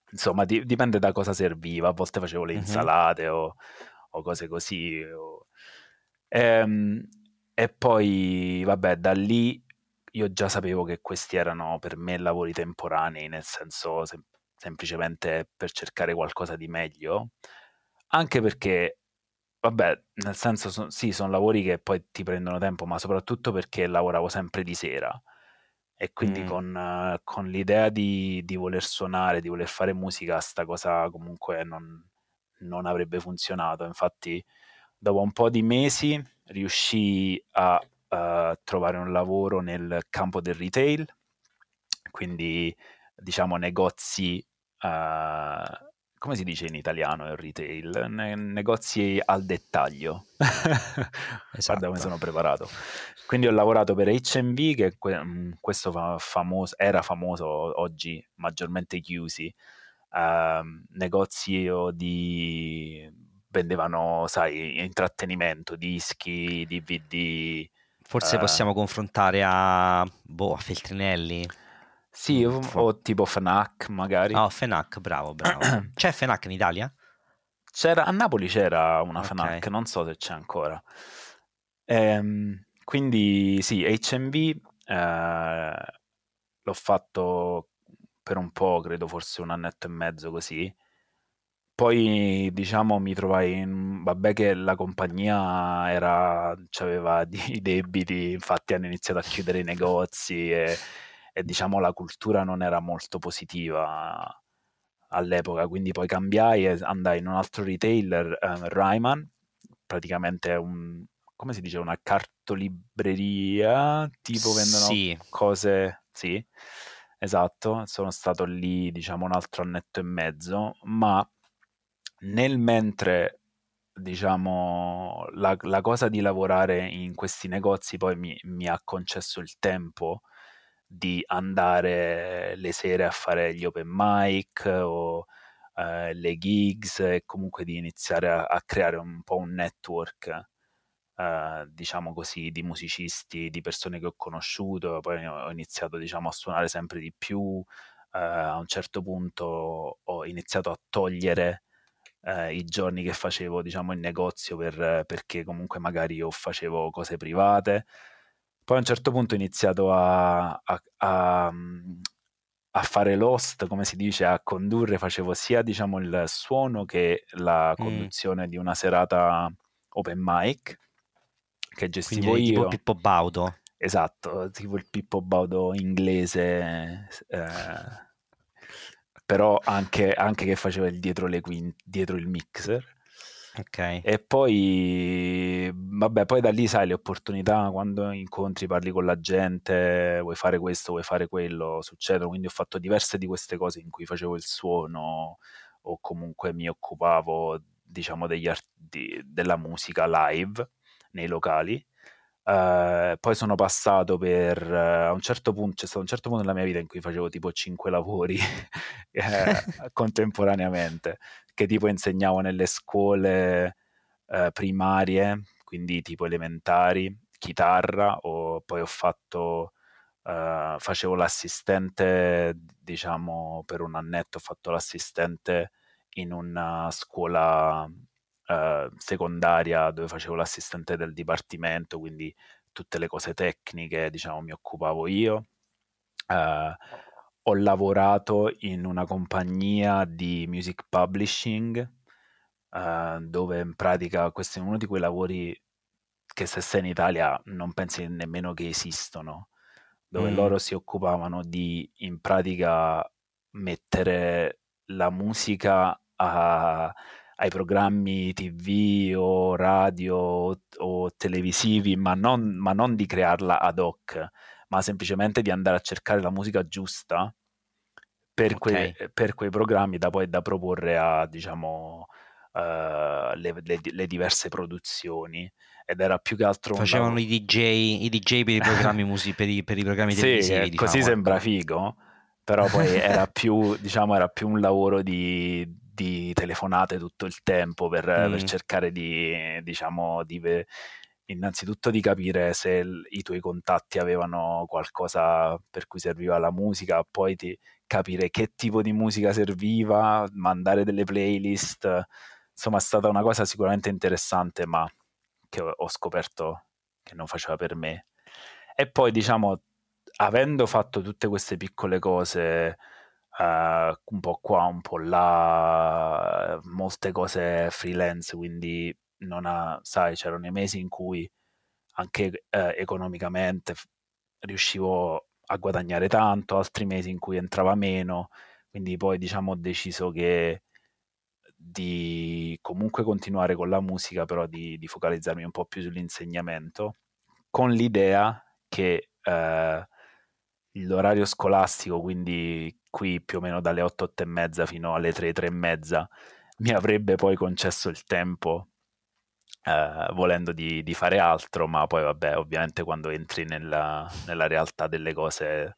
insomma, di- dipende da cosa serviva. A volte facevo le Mhm. insalate o, o cose così. o- Ehm, E, poi, vabbè, da lì io già sapevo che questi erano per me lavori temporanei, nel senso sem- semplicemente per cercare qualcosa di meglio, anche perché, vabbè, nel senso, so- sì, sono lavori che poi ti prendono tempo, ma soprattutto perché lavoravo sempre di sera e quindi Mm. con, eh, con l'idea di, di voler suonare, di voler fare musica, sta cosa comunque non, non avrebbe funzionato. Infatti, dopo un po' di mesi riuscii a eh, trovare un lavoro nel campo del retail, quindi diciamo negozi, eh, come si dice in italiano il retail? Ne- negozi al dettaglio. Guarda come Esatto. sono preparato. Quindi ho lavorato per H and B, che è que- mm, questo fa- famoso, era famoso, oggi maggiormente chiusi, ehm, negozi o di vendevano, sai, intrattenimento, dischi, D V D. Forse eh, possiamo confrontare a, boh, a Feltrinelli. sì, Mm, o, fo- o tipo Fnac magari. Ah, Fenac, bravo, bravo. C'è Fenac in Italia? C'era, a Napoli c'era una Ok. Fnac, non so se c'è ancora. Ehm, quindi sì, H and B, eh, l'ho fatto per un po', credo forse un annetto e mezzo così. Poi, diciamo, mi trovai in... Vabbè che la compagnia era... c'aveva di- i debiti, infatti hanno iniziato a chiudere i negozi e, e, diciamo, la cultura non era molto positiva all'epoca, quindi poi cambiai e andai in un altro retailer, eh, Ryman, praticamente un... come si dice? Una cartolibreria, tipo vendono Sì. cose... Sì, esatto, sono stato lì, diciamo, un altro annetto e mezzo, ma nel mentre, diciamo, la, la cosa di lavorare in questi negozi poi mi, mi ha concesso il tempo di andare le sere a fare gli open mic o eh, le gigs e comunque di iniziare a, a creare un po' un network, eh, diciamo così, di musicisti, di persone che ho conosciuto. Poi ho iniziato, diciamo, a suonare sempre di più. Eh, a un certo punto ho iniziato a togliere eh, i giorni che facevo, diciamo, in negozio per- perché comunque magari io facevo cose private. Poi a un certo punto ho iniziato a, a- a, mm, a fare l'host, come si dice, a condurre, facevo sia, diciamo, il suono che la Mm. conduzione di una serata open mic che Quindi gestivo eri tipo io. Pippo Baudo. Esatto, tipo il Pippo Baudo inglese, eh, però anche, anche che faceva il dietro le quin- dietro il mixer. Ok. E poi, vabbè, poi da lì sai le opportunità quando incontri, parli con la gente, vuoi fare questo, vuoi fare quello, succedono. Quindi ho fatto diverse di queste cose in cui facevo il suono o comunque mi occupavo, diciamo, degli art- di- della musica live nei locali. Eh, poi sono passato per, eh, a un certo punto, c'è stato un certo punto nella mia vita in cui facevo tipo cinque lavori eh, contemporaneamente, che tipo insegnavo nelle scuole eh, primarie, quindi tipo elementari, chitarra, o poi ho fatto, eh, facevo l'assistente, diciamo, per un annetto ho fatto l'assistente in una scuola eh, secondaria dove facevo l'assistente del dipartimento, quindi tutte le cose tecniche, diciamo, mi occupavo io. Eh, Ho lavorato in una compagnia di music publishing, eh, dove in pratica questo è uno di quei lavori che se sei in Italia non pensi nemmeno che esistono, dove Mm. loro si occupavano di in pratica mettere la musica a- ai programmi T V o radio o, o televisivi, ma non, ma non di crearla ad hoc, ma semplicemente di andare a cercare la musica giusta per, que- Ok. per quei programmi da poi da proporre a, diciamo, eh, le, le- le diverse produzioni. Ed era più che altro un Facevano lavoro. i D J, i D J per i programmi, musi- per i, per i programmi Sì, televisivi, eh, così diciamo, sembra ecco. figo, però poi era più, diciamo, era più un lavoro di, di telefonate tutto il tempo per, per Mm. cercare di, diciamo, di, ve- innanzitutto di capire se l- i tuoi contatti avevano qualcosa per cui serviva la musica, poi di capire che tipo di musica serviva, mandare delle playlist. Insomma, è stata una cosa sicuramente interessante, ma che ho ho scoperto che non faceva per me. E poi, diciamo, avendo fatto tutte queste piccole cose, eh, un po' qua, un po' là, molte cose freelance, quindi non ha, sai, c'erano i mesi in cui anche eh, economicamente f- riuscivo a guadagnare tanto, altri mesi in cui entrava meno, quindi poi diciamo ho deciso che di comunque continuare con la musica, però di, di focalizzarmi un po' più sull'insegnamento, con l'idea che eh, l'orario scolastico, quindi qui più o meno dalle otto, otto e mezza fino alle tre, tre e mezza, mi avrebbe poi concesso il tempo, eh, volendo di, di fare altro, ma poi vabbè, ovviamente quando entri nella, nella realtà delle cose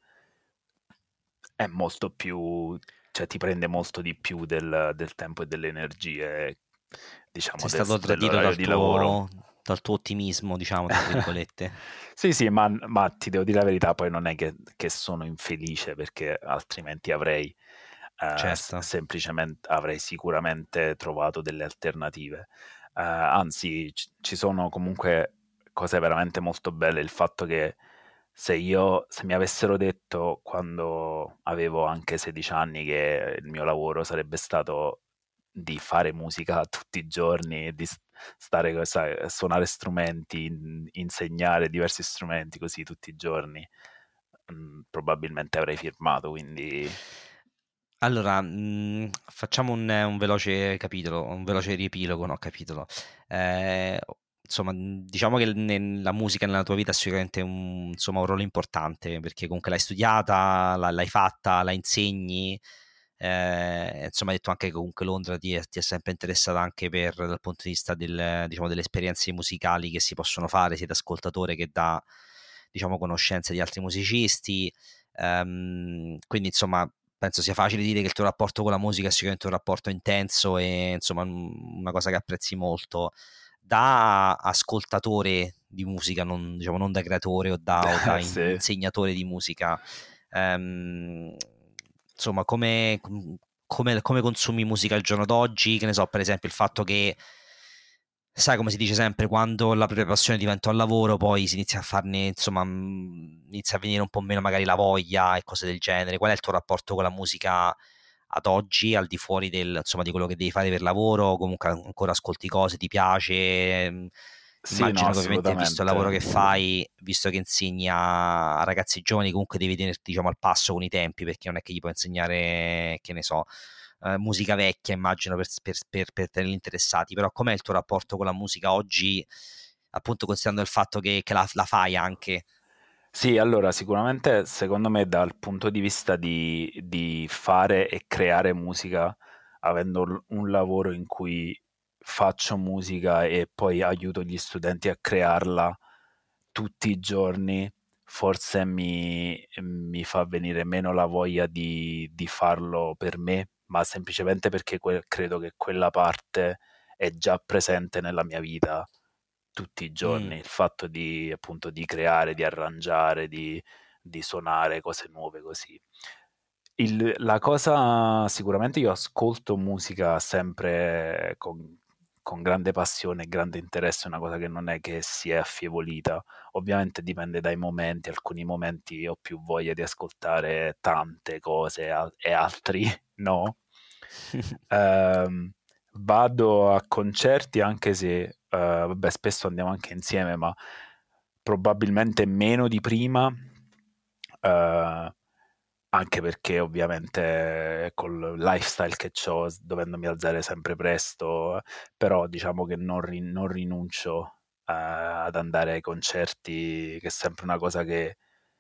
è molto più, cioè ti prende molto di più del, del tempo e delle energie, diciamo, Sei del- stato tradito dell'orario dal di lavoro. tuo, dal tuo ottimismo, diciamo, tra virgolette. Sì, sì, ma, ma ti devo dire la verità, poi non è che, che sono infelice perché altrimenti avrei eh, s- Certo. semplicemente avrei sicuramente trovato delle alternative. Eh, anzi, ci ci sono comunque cose veramente molto belle. Il fatto che se io, se mi avessero detto quando avevo anche sedici anni che il mio lavoro sarebbe stato di fare musica tutti i giorni, di s- stare, sai, a suonare strumenti, in- insegnare diversi strumenti così tutti i giorni, mm, probabilmente avrei firmato, quindi Allora, mh, facciamo un, un veloce capitolo, un veloce riepilogo, no, capitolo. Eh, insomma, mh, diciamo che ne- la musica nella tua vita è sicuramente un, insomma, un ruolo importante perché comunque l'hai studiata, la- l'hai fatta, la insegni. Eh, insomma, hai detto anche che comunque Londra ti è, ti è sempre interessata anche per, dal punto di vista del, diciamo, delle esperienze musicali che si possono fare sia da ascoltatore che da, diciamo, conoscenze di altri musicisti. Ehm, quindi, insomma, penso sia facile dire che il tuo rapporto con la musica è sicuramente un rapporto intenso e insomma un- una cosa che apprezzi molto. Da ascoltatore di musica, non, diciamo, non da creatore o da, o da in- sì. insegnatore di musica, ehm, insomma, come, come, come consumi musica al giorno d'oggi? Che ne so, per esempio, il fatto che sai come si dice sempre, quando la propria passione diventa un lavoro, poi si inizia a farne, insomma, mh, inizia a venire un po' meno magari la voglia e cose del genere. Qual è il tuo rapporto con la musica ad oggi, al di fuori del, insomma, di quello che devi fare per lavoro? Comunque ancora ascolti cose, ti piace? Mh, Sì, no, Immagino che ovviamente, visto il lavoro assolutamente. che fai, visto che insegni a, a ragazzi giovani, comunque devi tenerti, diciamo, al passo con i tempi, perché non è che gli puoi insegnare, che ne so, eh, musica vecchia, immagino, per, per, per, per tenerli interessati. Però com'è il tuo rapporto con la musica oggi, appunto considerando il fatto che, che la, la fai anche? Sì, allora sicuramente secondo me dal punto di vista di, di fare e creare musica, avendo l- un lavoro in cui faccio musica e poi aiuto gli studenti a crearla tutti i giorni, forse mi, mi fa venire meno la voglia di, di farlo per me, ma semplicemente perché que- credo che quella parte è già presente nella mia vita tutti i Mm. giorni, il fatto di appunto di creare, di arrangiare, di, di suonare cose nuove così. Il- la cosa, sicuramente io ascolto musica sempre con, con grande passione e grande interesse, una cosa che non è che si è affievolita, ovviamente dipende dai momenti, alcuni momenti ho più voglia di ascoltare tante cose al- e altri no. Ehm, Vado a concerti anche se, eh, vabbè, spesso andiamo anche insieme, ma probabilmente meno di prima, eh, anche perché ovviamente col lifestyle che ho, dovendomi alzare sempre presto, però diciamo che non, ri- non rinuncio eh, ad andare ai concerti, che è sempre una cosa che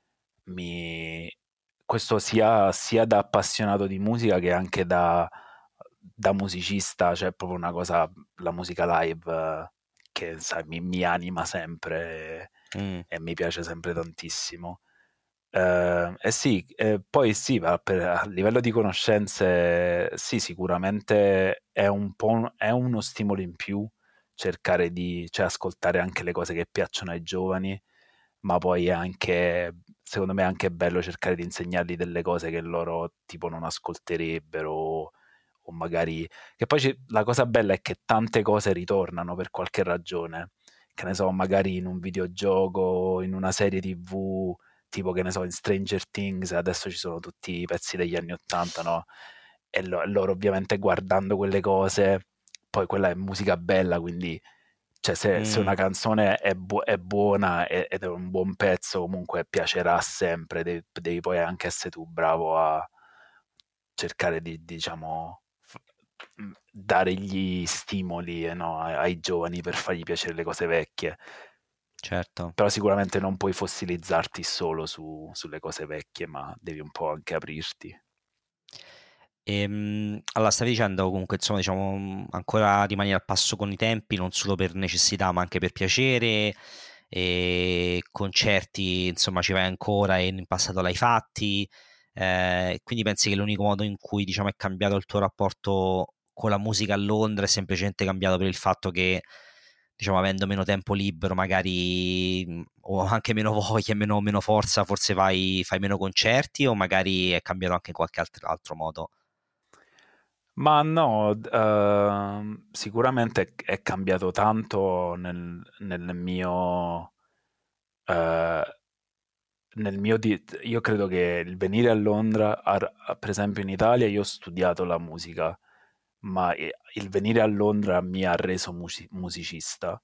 mi... Questo sia, sia da appassionato di musica che anche da, da musicista, cioè proprio una cosa, la musica live eh, che sai, mi, mi anima sempre Mm. e, e mi piace sempre tantissimo. Eh, eh sì, eh, poi sì, va per- a livello di conoscenze, sì, sicuramente è un po' un- è uno stimolo in più, cercare di, cioè, ascoltare anche le cose che piacciono ai giovani, ma poi è anche, secondo me è anche bello cercare di insegnargli delle cose che loro tipo non ascolterebbero, o magari, che poi ci- la cosa bella è che tante cose ritornano per qualche ragione, che ne so, magari in un videogioco, in una serie T V, tipo che ne so, in Stranger Things, adesso ci sono tutti i pezzi degli anni Ottanta, no? E lo- loro ovviamente guardando quelle cose, poi quella è musica bella, quindi cioè, se, se una Mm, canzone è, bu- è buona e- ed è un buon pezzo, comunque piacerà sempre, devi, devi poi anche essere tu bravo a cercare di, diciamo, f- mh, dare gli stimoli, eh, no, ai, ai giovani per fargli piacere le cose vecchie. certo. Però sicuramente non puoi fossilizzarti solo su- sulle cose vecchie, ma devi un po' anche aprirti. Ehm, allora, stavi dicendo comunque, insomma, diciamo, mh, ancora rimanere al passo con i tempi, non solo per necessità, ma anche per piacere. E concerti, insomma, ci vai ancora e in passato l'hai fatti. Eh, quindi pensi che l'unico modo in cui, diciamo, è cambiato il tuo rapporto con la musica a Londra è semplicemente cambiato per il fatto che, diciamo, avendo meno tempo libero, magari mh, o anche meno voglia, meno, meno forza, forse vai, fai meno concerti, o magari è cambiato anche in qualche altro altro modo? Ma no, d- ehm, sicuramente è è cambiato tanto nel, nel mio, eh, nel mio di- io credo che il venire a Londra, a- a- per esempio in Italia, io ho studiato la musica, ma eh, il venire a Londra mi ha reso musi- musicista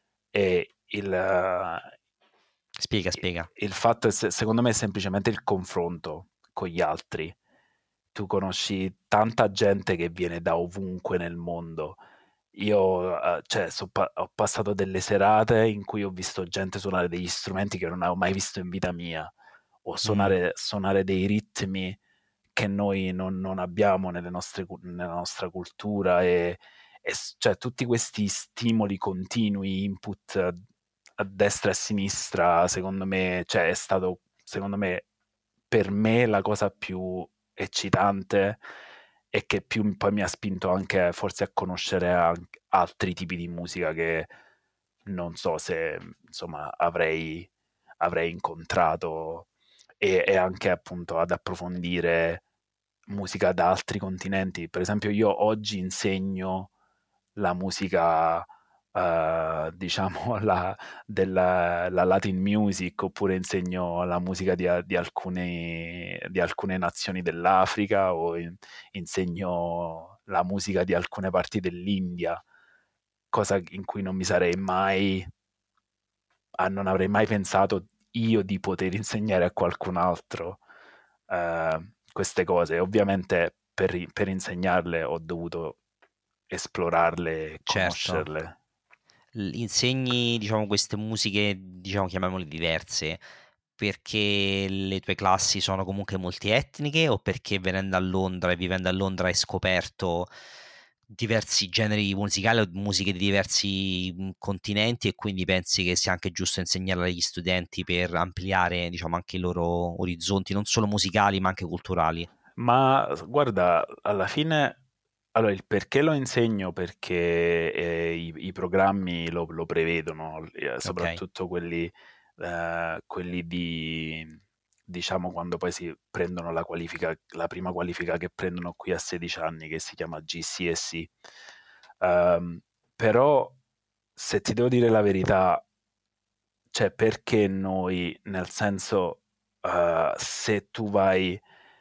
e il, eh, Spiega, spiega. il fatto è, se- secondo me, è semplicemente il confronto con gli altri. Tu conosci tanta gente che viene da ovunque nel mondo. Io, eh, cioè, so pa- ho passato delle serate in cui ho visto gente suonare degli strumenti che non avevo mai visto in vita mia, o Mm, suonare, suonare dei ritmi che noi non, non abbiamo nelle nostre cu- nella nostra cultura, e, e s- cioè, tutti questi stimoli continui, input a, a destra e a sinistra, secondo me, cioè, è stato, secondo me, per me la cosa più eccitante, e che più poi mi ha spinto anche forse a conoscere anche altri tipi di musica che non so se insomma avrei, avrei incontrato, e, e anche appunto ad approfondire musica da altri continenti. Per esempio, io oggi insegno la musica, eh, diciamo, la, della la Latin music, oppure insegno la musica di, di alcune, di alcune nazioni dell'Africa, o in- insegno la musica di alcune parti dell'India, cosa in cui non mi sarei mai, ah, non avrei mai pensato io di poter insegnare a qualcun altro, eh, queste cose. Ovviamente per, per insegnarle ho dovuto esplorarle e certo. conoscerle. L- insegni, diciamo, queste musiche, diciamo, chiamiamole diverse, perché le tue classi sono comunque multietniche o perché venendo a Londra e vivendo a Londra hai scoperto diversi generi musicali o musiche di diversi mh, continenti e quindi pensi che sia anche giusto insegnarle agli studenti per ampliare, diciamo, anche i loro orizzonti, non solo musicali ma anche culturali? Ma guarda, alla fine, allora il perché lo insegno? Perché eh, i, i programmi lo, lo prevedono, eh, Ok, soprattutto quelli, eh, quelli di, diciamo, quando poi si prendono la qualifica, la prima qualifica che prendono qui a sedici anni, che si chiama G C S E. Ehm, Però, se ti devo dire la verità, cioè perché noi, nel senso, eh, se tu vai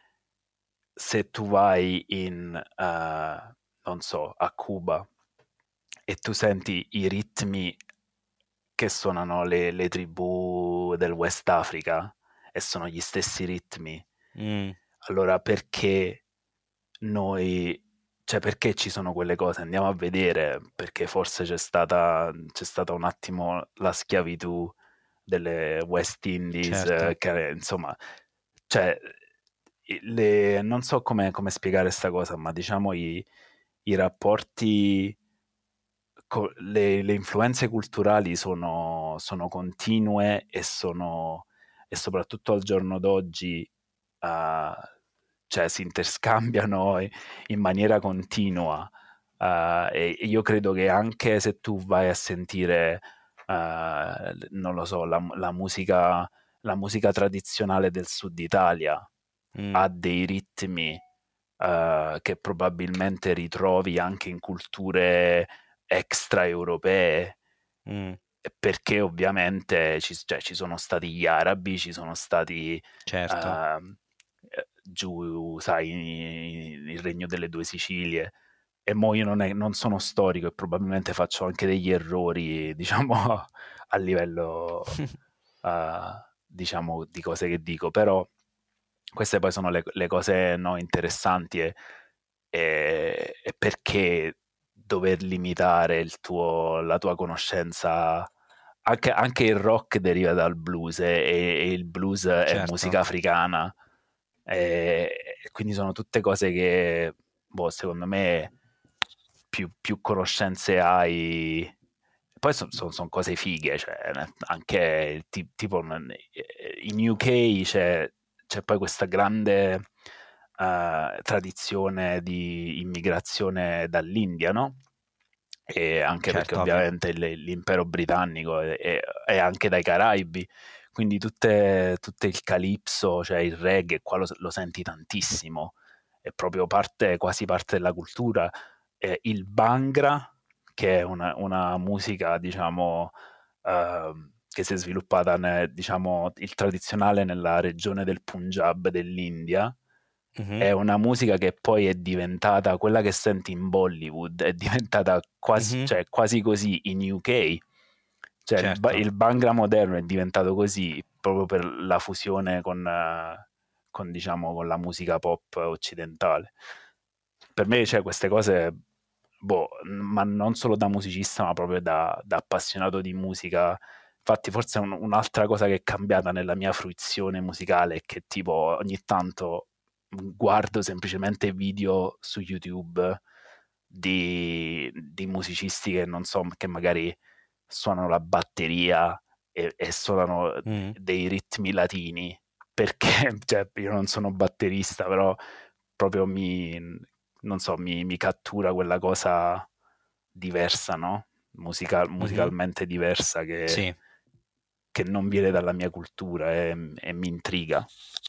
se tu vai in, eh, non so, a Cuba, e tu senti i ritmi che suonano le, le tribù del West Africa, e sono gli stessi ritmi, mm, allora perché noi, cioè perché ci sono quelle cose? Andiamo a vedere, perché forse c'è stata, c'è stata un attimo la schiavitù delle West Indies, eh, certo, che insomma, cioè, i- le- non so come, come spiegare questa cosa, ma diciamo i, i rapporti, co- le, le influenze culturali sono, sono continue, e sono, e soprattutto al giorno d'oggi, eh, cioè si interscambiano in maniera continua. Uh, e io credo che anche se tu vai a sentire, uh, non lo so, la, la musica, la musica tradizionale del sud Italia Mm, ha dei ritmi uh, che probabilmente ritrovi anche in culture extraeuropee, mm, perché ovviamente ci, cioè, ci sono stati gli arabi, ci sono stati certo. uh, giù, sai, il Regno delle Due Sicilie. E mo io non, è, non sono storico e probabilmente faccio anche degli errori, diciamo, a livello, uh, diciamo, di cose che dico, però queste poi sono le, le cose no, interessanti e, e, e perché dover limitare il tuo, la tua conoscenza. Anche, anche il rock deriva dal blues e, e il blues è Certo. musica africana, e, e quindi sono tutte cose che, boh, secondo me più, più conoscenze hai. Poi sono son, son cose fighe, cioè, anche ti, tipo in U K c'è, c'è poi questa grande uh, tradizione di immigrazione dall'India, no? E anche perché Certo, ovvio. ovviamente il- l'impero britannico è, è- è anche dai Caraibi, quindi tutte, tutte il calipso, cioè il reggae, qua lo, lo senti tantissimo, è proprio parte, quasi parte della cultura. Eh, il Bhangra, che è una, una musica, diciamo, ehm, che si è sviluppata, ne- diciamo, il tradizionale nella regione del Punjab dell'India, Mhm, è una musica che poi è diventata quella che senti in Bollywood, è diventata quasi, mhm, cioè, quasi così in U K. Cioè il, ba- certo. il Bhangra moderno è diventato così proprio per la fusione con, eh, con, diciamo, con la musica pop occidentale. Per me, cioè, queste cose, boh, ma non solo da musicista, ma proprio da, da appassionato di musica. Infatti, forse un- un'altra cosa che è cambiata nella mia fruizione musicale è che tipo ogni tanto guardo semplicemente video su YouTube di, di musicisti che non so, che magari suonano la batteria e, e suonano Mm, dei ritmi latini, perché cioè, io non sono batterista, però proprio mi, non so, mi, mi cattura quella cosa diversa, no? Musical, mhm, musicalmente diversa che, sì. che non viene dalla mia cultura e, e mi intriga.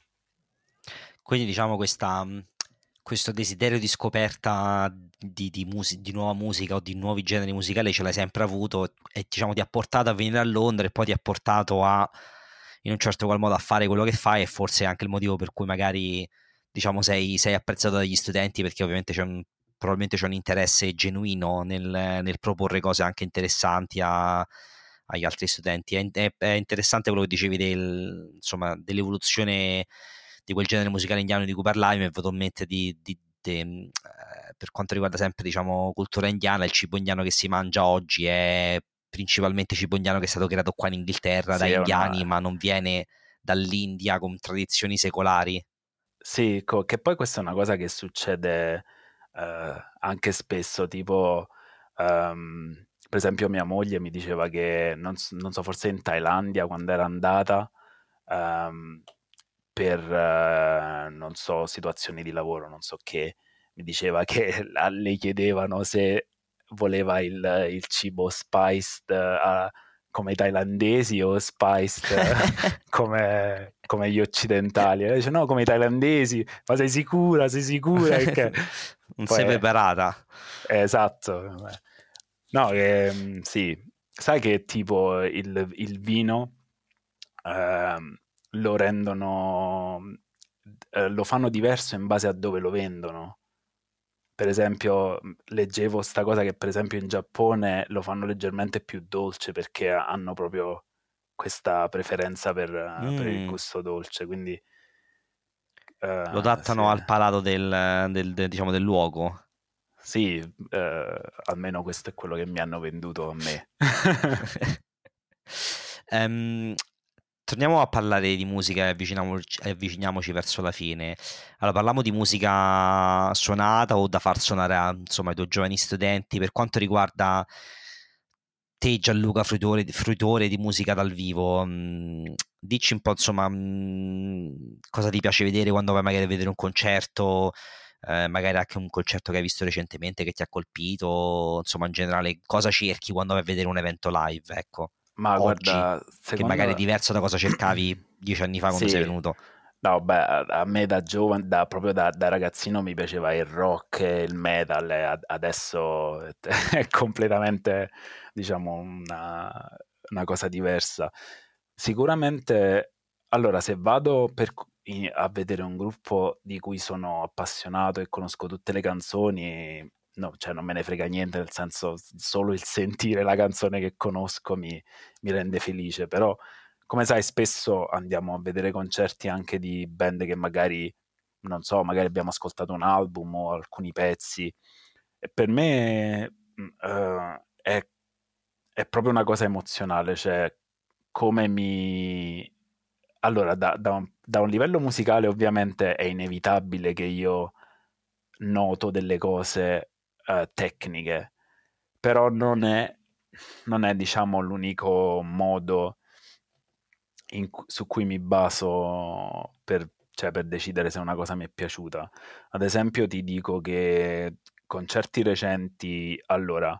Quindi diciamo questa, mh, questo desiderio di scoperta di, di musi- di nuova musica o di nuovi generi musicali ce l'hai sempre avuto e diciamo ti ha portato a venire a Londra e poi ti ha portato a, in un certo qual modo, a fare quello che fai e forse è anche il motivo per cui magari diciamo sei, sei apprezzato dagli studenti perché ovviamente c'è un, probabilmente c'è un interesse genuino nel, nel proporre cose anche interessanti a- agli altri studenti. È, è- è interessante quello che dicevi del, insomma, dell'evoluzione di quel genere musicale indiano di cui parlavi, mi è venuto in mente di, di- di, eh, per quanto riguarda sempre diciamo cultura indiana, il cibo indiano che si mangia oggi è principalmente cibo indiano che è stato creato qua in Inghilterra da Sì, è indiani, una, ma non viene dall'India con tradizioni secolari. sì, co- che poi questa è una cosa che succede eh, anche spesso, tipo, ehm, per esempio mia moglie mi diceva che, non, s- non so, forse in Thailandia quando era andata, ehm, per, eh, non so, situazioni di lavoro, non so che, mi diceva che a- le chiedevano se voleva il, il cibo spiced eh, come i thailandesi o spiced eh, come, come gli occidentali. E lei dice no, come i thailandesi, ma sei sicura, sei sicura? E che... Non sei Poi, preparata. eh, esatto. No, ehm, sì, sai che tipo il, il vino ehm, lo rendono, eh, lo fanno diverso in base a dove lo vendono. Per esempio, mh, leggevo sta cosa che per esempio in Giappone lo fanno leggermente più dolce perché hanno proprio questa preferenza per, eh, per il Mm, gusto dolce, quindi lo eh, sì, adattano al palato del, del- del- diciamo, del luogo. sì, eh, almeno questo è quello che mi hanno venduto a me. Ehm, torniamo a parlare di musica e avviciniamoci, e avviciniamoci verso la fine. Allora, parliamo di musica suonata o da far suonare a, insomma, ai tuoi giovani studenti per quanto riguarda te, Gianluca, fruitore, fruitore di musica dal vivo. mh, dici un po', insomma, mh, cosa ti piace vedere quando vai magari a vedere un concerto, eh, magari anche un concerto che hai visto recentemente che ti ha colpito, insomma in generale cosa cerchi quando vai a vedere un evento live, ecco, Ma oggi, guarda, che magari è secondo diverso da cosa cercavi dieci anni fa quando sei sì, venuto. no, beh, a, a me da giovane, da, proprio da, da ragazzino mi piaceva il rock e il metal, e ad- adesso è completamente, diciamo, una, una cosa diversa. Sicuramente, allora, se vado per co- in- a vedere un gruppo di cui sono appassionato e conosco tutte le canzoni, no, cioè non me ne frega niente, nel senso, solo il sentire la canzone che conosco mi mi rende felice, però come sai spesso andiamo a vedere concerti anche di band che magari, non so, magari abbiamo ascoltato un album o alcuni pezzi e per me mh, eh, è, è proprio una cosa emozionale, cioè come mi... Allora, da, da un, da un livello musicale ovviamente è inevitabile che io noto delle cose eh, tecniche, però non è, non è, diciamo, l'unico modo in cu- su cui mi baso per, cioè, per decidere se una cosa mi è piaciuta. Ad esempio, ti dico che concerti recenti, allora,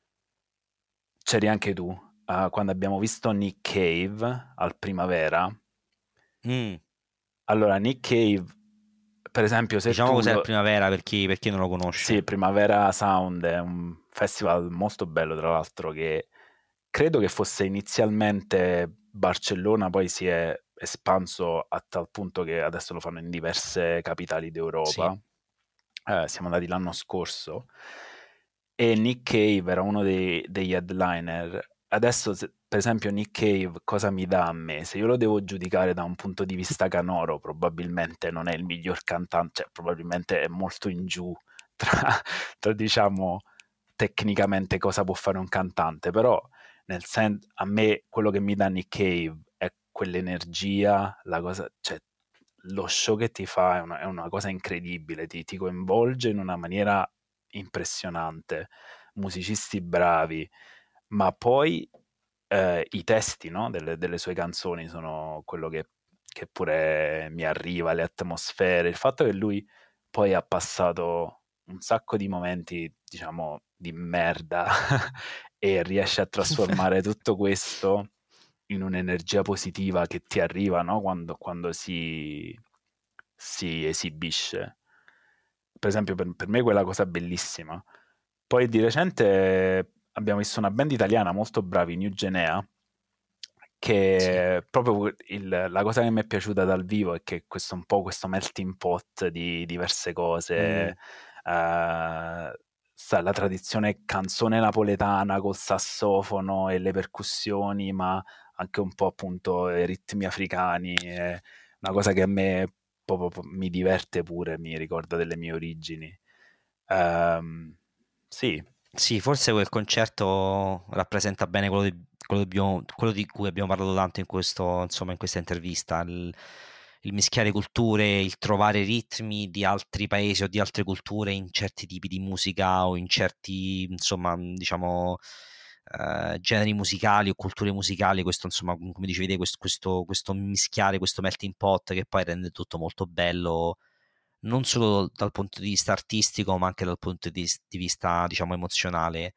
c'eri anche tu, eh, quando abbiamo visto Nick Cave al Primavera. Mm. Allora, Nick Cave, per esempio, se Diciamo tu cos'è il lo... Primavera per chi, per chi non lo Sì, conosce. Primavera Sound è un festival molto bello, tra l'altro, che credo che fosse inizialmente Barcellona, poi si è espanso a tal punto che adesso lo fanno in diverse capitali Sì. d'Europa. Eh, siamo andati l'anno scorso e Nick Cave era uno dei- degli headliner. Adesso, se- per esempio, Nick Cave cosa mi dà a me? Se io lo devo giudicare da un punto di vista canoro, probabilmente non è il miglior cantante, cioè probabilmente è molto in giù tra, tra, diciamo, tecnicamente cosa può fare un cantante, però nel senso, a me quello che mi dà Nick Cave è quell'energia, la cosa, cioè, lo show che ti fa è una, è una cosa incredibile, ti, ti coinvolge in una maniera impressionante, musicisti bravi, ma poi eh, i testi, no, delle, delle sue canzoni sono quello che, che pure mi arriva, le atmosfere, il fatto che lui poi ha passato un sacco di momenti, diciamo, di merda e riesce a trasformare tutto questo in un'energia positiva che ti arriva, no? Quando, quando si, si esibisce. Per esempio, per, per me quella cosa bellissima. Poi di recente abbiamo visto una band italiana molto bravi, New Genea, Sì. che proprio il- la cosa che mi è piaciuta dal vivo è che questo un po' questo melting pot di diverse cose, Mm. eh, sa, la tradizione canzone napoletana col sassofono e le percussioni, ma anche un po' appunto i ritmi africani, è una cosa che a me proprio mi diverte pure, mi ricorda delle mie origini. Ehm, sì, Sì, forse quel concerto rappresenta bene quello di, quello di abbiamo- quello di cui abbiamo parlato tanto in questo, insomma, in questa intervista, il, il mischiare culture, il trovare ritmi di altri paesi o di altre culture in certi tipi di musica o in certi, insomma, diciamo, eh, generi musicali o culture musicali, questo, insomma, come dicevi te, questo, questo, questo mischiare, questo melting pot che poi rende tutto molto bello non solo dal punto di vista artistico, ma anche dal punto di, di vista, diciamo, emozionale.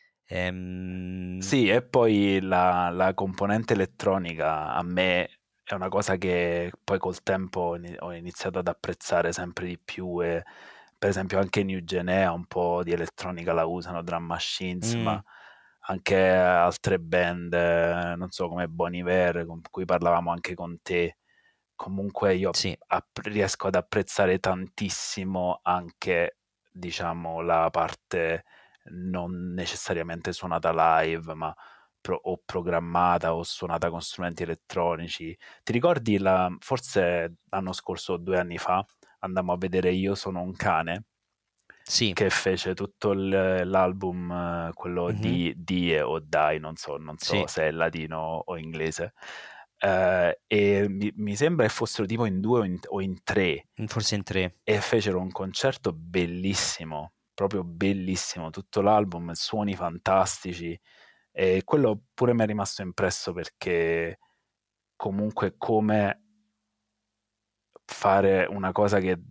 Ehm, sì, e poi la, la componente elettronica a me è una cosa che poi col tempo ho ini- ho iniziato ad apprezzare sempre di più e per esempio anche New Genea un po' di elettronica la usano, Drum Machines, mm, ma anche altre band, eh, non so come Bon Iver, con cui parlavamo anche con te. Comunque io sì, app- riesco ad apprezzare tantissimo anche, diciamo, la parte non necessariamente suonata live, ma pro- o programmata o suonata con strumenti elettronici. Ti ricordi la, forse l'anno scorso o due anni fa andammo a vedere Io sono un cane, sì, che fece tutto il- l'album, eh, quello mhm, di Die o Die, non so, non so sì, se è latino o inglese. Eh, e mi, mi sembra che fossero tipo in due o in, o in tre forse in tre. e fecero un concerto bellissimo, proprio bellissimo, tutto l'album, suoni fantastici e quello pure mi è rimasto impresso perché comunque come fare una cosa che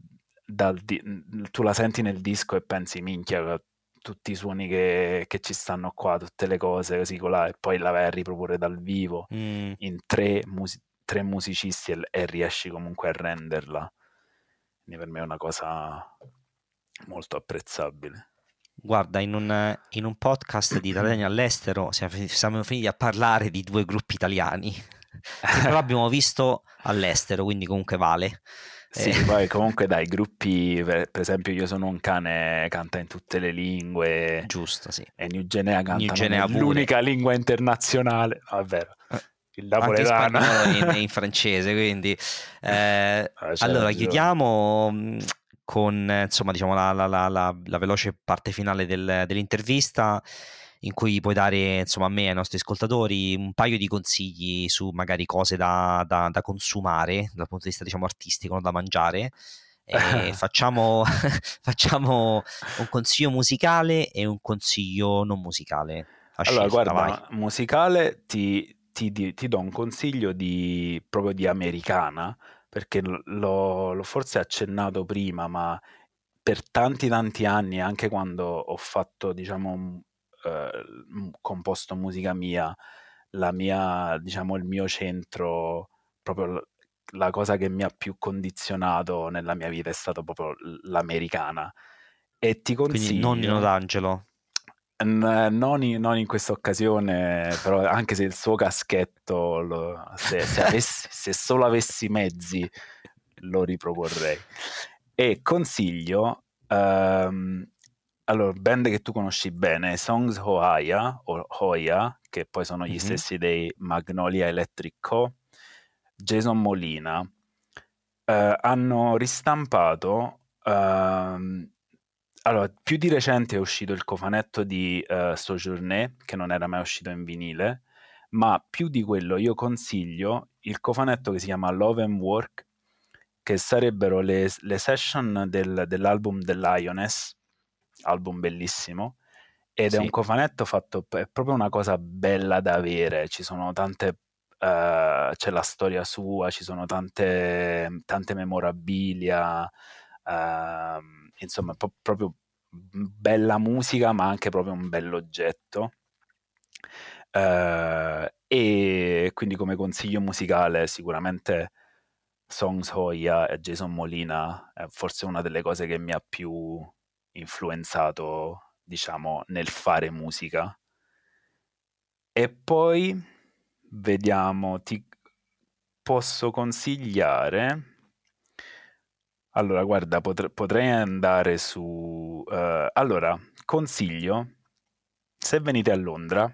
dal di- tu la senti nel disco e pensi, minchia, tutti i suoni che, che ci stanno qua, tutte le cose così colà, e poi la vai a riproporre dal vivo Mm. in tre, mus- tre musicisti e, e riesci comunque a renderla. Quindi per me è una cosa molto apprezzabile. Guarda, in un, in un podcast di Italiani all'estero siamo, fi- siamo finiti a parlare di due gruppi italiani, che però abbiamo visto all'estero, quindi comunque vale. Sì, Eh, poi comunque dai, gruppi, per, per esempio Io sono un cane canta in tutte le lingue giusto, sì. e New Genea New cantano Genea pure. nell'unica lingua internazionale, ah, è vero, Eh, il anche in napoletano. spagnolo e in, e in francese, quindi eh, Ah, c'hai allora ragione. chiudiamo mh, con eh, insomma diciamo la, la- la- la- la veloce parte finale del- dell'intervista in cui puoi dare insomma a me e ai nostri ascoltatori un paio di consigli su magari cose da, da- da consumare dal punto di vista diciamo artistico, non da mangiare. E facciamo, facciamo un consiglio musicale e un consiglio non musicale a Allora, scelta, vai. guarda, musicale ti, ti- ti- ti do un consiglio di, proprio di americana, perché l- l'ho, l'ho forse accennato prima, ma per tanti tanti anni, anche quando ho fatto, diciamo, un- eh, m- composto musica mia, la mia, diciamo, il mio centro, proprio l- la cosa che mi ha più condizionato nella mia vita è stato proprio l- l'americana. E ti Quindi Nonnino consiglio, d'Angelo. n- non in, non in questa occasione, però anche se il suo caschetto, lo- se, se avessi, se solo avessi i mezzi, lo riproporrei. E consiglio, ehm, allora, band che tu conosci bene, Songs Hoya, o Hoya, che poi sono gli Mhm. stessi dei Magnolia Electric Co., Jason Molina, eh, hanno ristampato, ehm, allora, più di recente è uscito il cofanetto di eh, Sojourner, che non era mai uscito in vinile, ma più di quello io consiglio il cofanetto che si chiama Love and Work, che sarebbero le, le session del- dell'album The Lioness, album bellissimo, ed è un Sì. cofanetto fatto, è proprio una cosa bella da avere, ci sono tante, eh, c'è la storia sua, ci sono tante, tante memorabilia, ehm, insomma, pro- proprio bella musica, ma anche proprio un bell'oggetto. Eh, e quindi come consiglio musicale sicuramente Songs Hoya e Jason Molina è forse una delle cose che mi ha più influenzato, diciamo, nel fare musica. E poi vediamo, ti posso consigliare. Allora, guarda, potre- potrei andare su. Eh, allora, consiglio, se venite a Londra,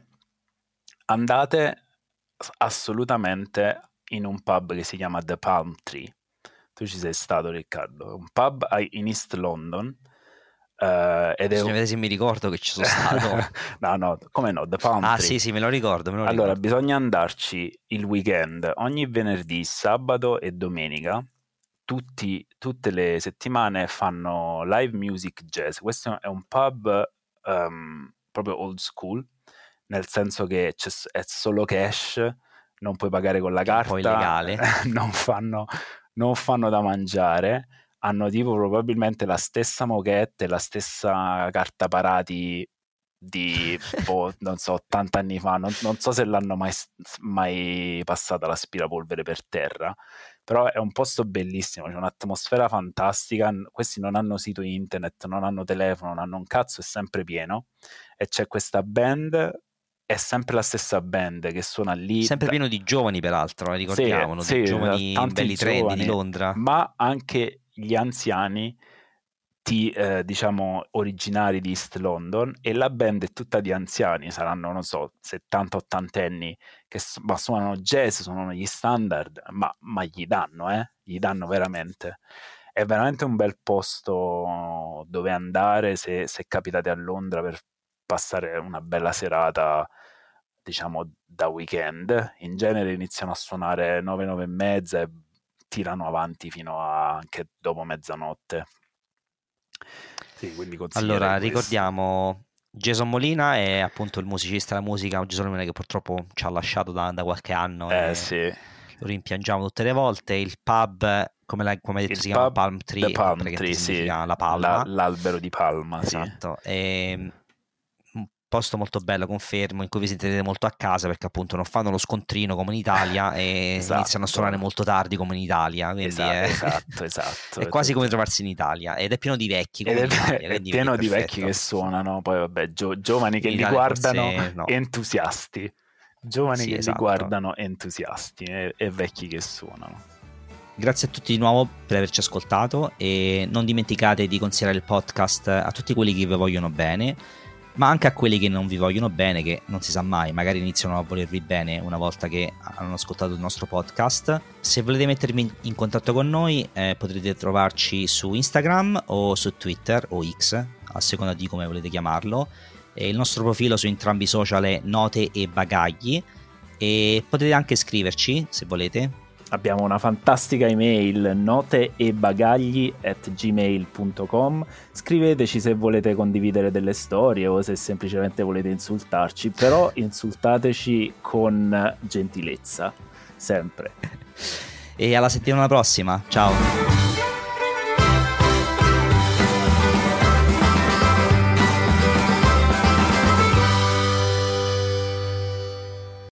andate s- assolutamente in un pub che si chiama The Palm Tree. Tu ci sei stato, Riccardo? È un pub a- in East London. eh, ed è. Bisogna vedere se mi ricordo che ci sono stato. No, no, come no, The Palm Ah, Tree. sì, sì, me lo ricordo, me lo Allora, ricordo. bisogna andarci il weekend, ogni venerdì, sabato e domenica. Tutti- tutte le settimane fanno live music jazz. Questo è un pub ehm, proprio old school, nel senso che c'è s- è solo cash, non puoi pagare con la Che è un po' carta, illegale. non fanno, non fanno da mangiare, hanno tipo probabilmente la stessa moquette, la stessa carta parati di, boh, non so, ottanta anni fa, non, non so se l'hanno mai, s- mai passata l'aspirapolvere per terra, però è un posto bellissimo, c'è un'atmosfera fantastica, n- questi non hanno sito internet, non hanno telefono, non hanno un cazzo, è sempre pieno, e c'è questa band, è sempre la stessa band che suona lì, Sempre da- pieno di giovani, peraltro, eh, sì, ricordiamolo, di sì, giovani tanti belli trendy di giovani, Londra. ma anche gli anziani ti, eh, diciamo, originari di East London, e la band è tutta di anziani, saranno, non so, settanta ottanta anni, che s- ma suonano jazz, suonano gli standard, ma, ma gli danno, eh? Gli danno veramente. È veramente un bel posto dove andare se, se capitate a Londra per passare una bella serata, diciamo, da weekend. In genere iniziano a suonare nove, nove e mezza e tirano avanti fino a anche dopo mezzanotte. Sì, quindi consiglierei Allora, questo. ricordiamo Jason Molina è appunto il musicista della musica, Jason Molina che purtroppo ci ha lasciato da, da qualche anno Eh e sì, lo rimpiangiamo tutte le volte. Il pub come, la, come hai detto il si chiama pub, Palm Tree, the Palm Tree, sì, la palma, la, l'albero di palma, esatto, sì. e un posto molto bello, confermo, in cui vi sentirete molto a casa perché appunto non fanno lo scontrino come in Italia e Esatto. iniziano a suonare molto tardi come in Italia, quindi Esa- è, esatto, esatto. è quasi come trovarsi in Italia ed è pieno di vecchi come Ed in è, Italia, è quindi pieno vedi, di vecchi perfetto. che suonano, poi vabbè, gio- giovani che In li Italia guardano forse no. entusiasti, giovani Sì, che esatto. li guardano entusiasti e, e vecchi che suonano. Grazie a tutti di nuovo per averci ascoltato e non dimenticate di consigliare il podcast a tutti quelli che vi vogliono bene, ma anche a quelli che non vi vogliono bene, che non si sa mai, magari iniziano a volervi bene una volta che hanno ascoltato il nostro podcast. Se volete mettervi in contatto con noi eh, potrete trovarci su Instagram o su Twitter o X, a seconda di come volete chiamarlo. E il nostro profilo su entrambi i social è Note e Bagagli e potete anche scriverci se volete. Abbiamo una fantastica email, noteebagagli at gmail punto com. Scriveteci se volete condividere delle storie o se semplicemente volete insultarci, però insultateci con gentilezza, sempre. E alla settimana prossima, ciao.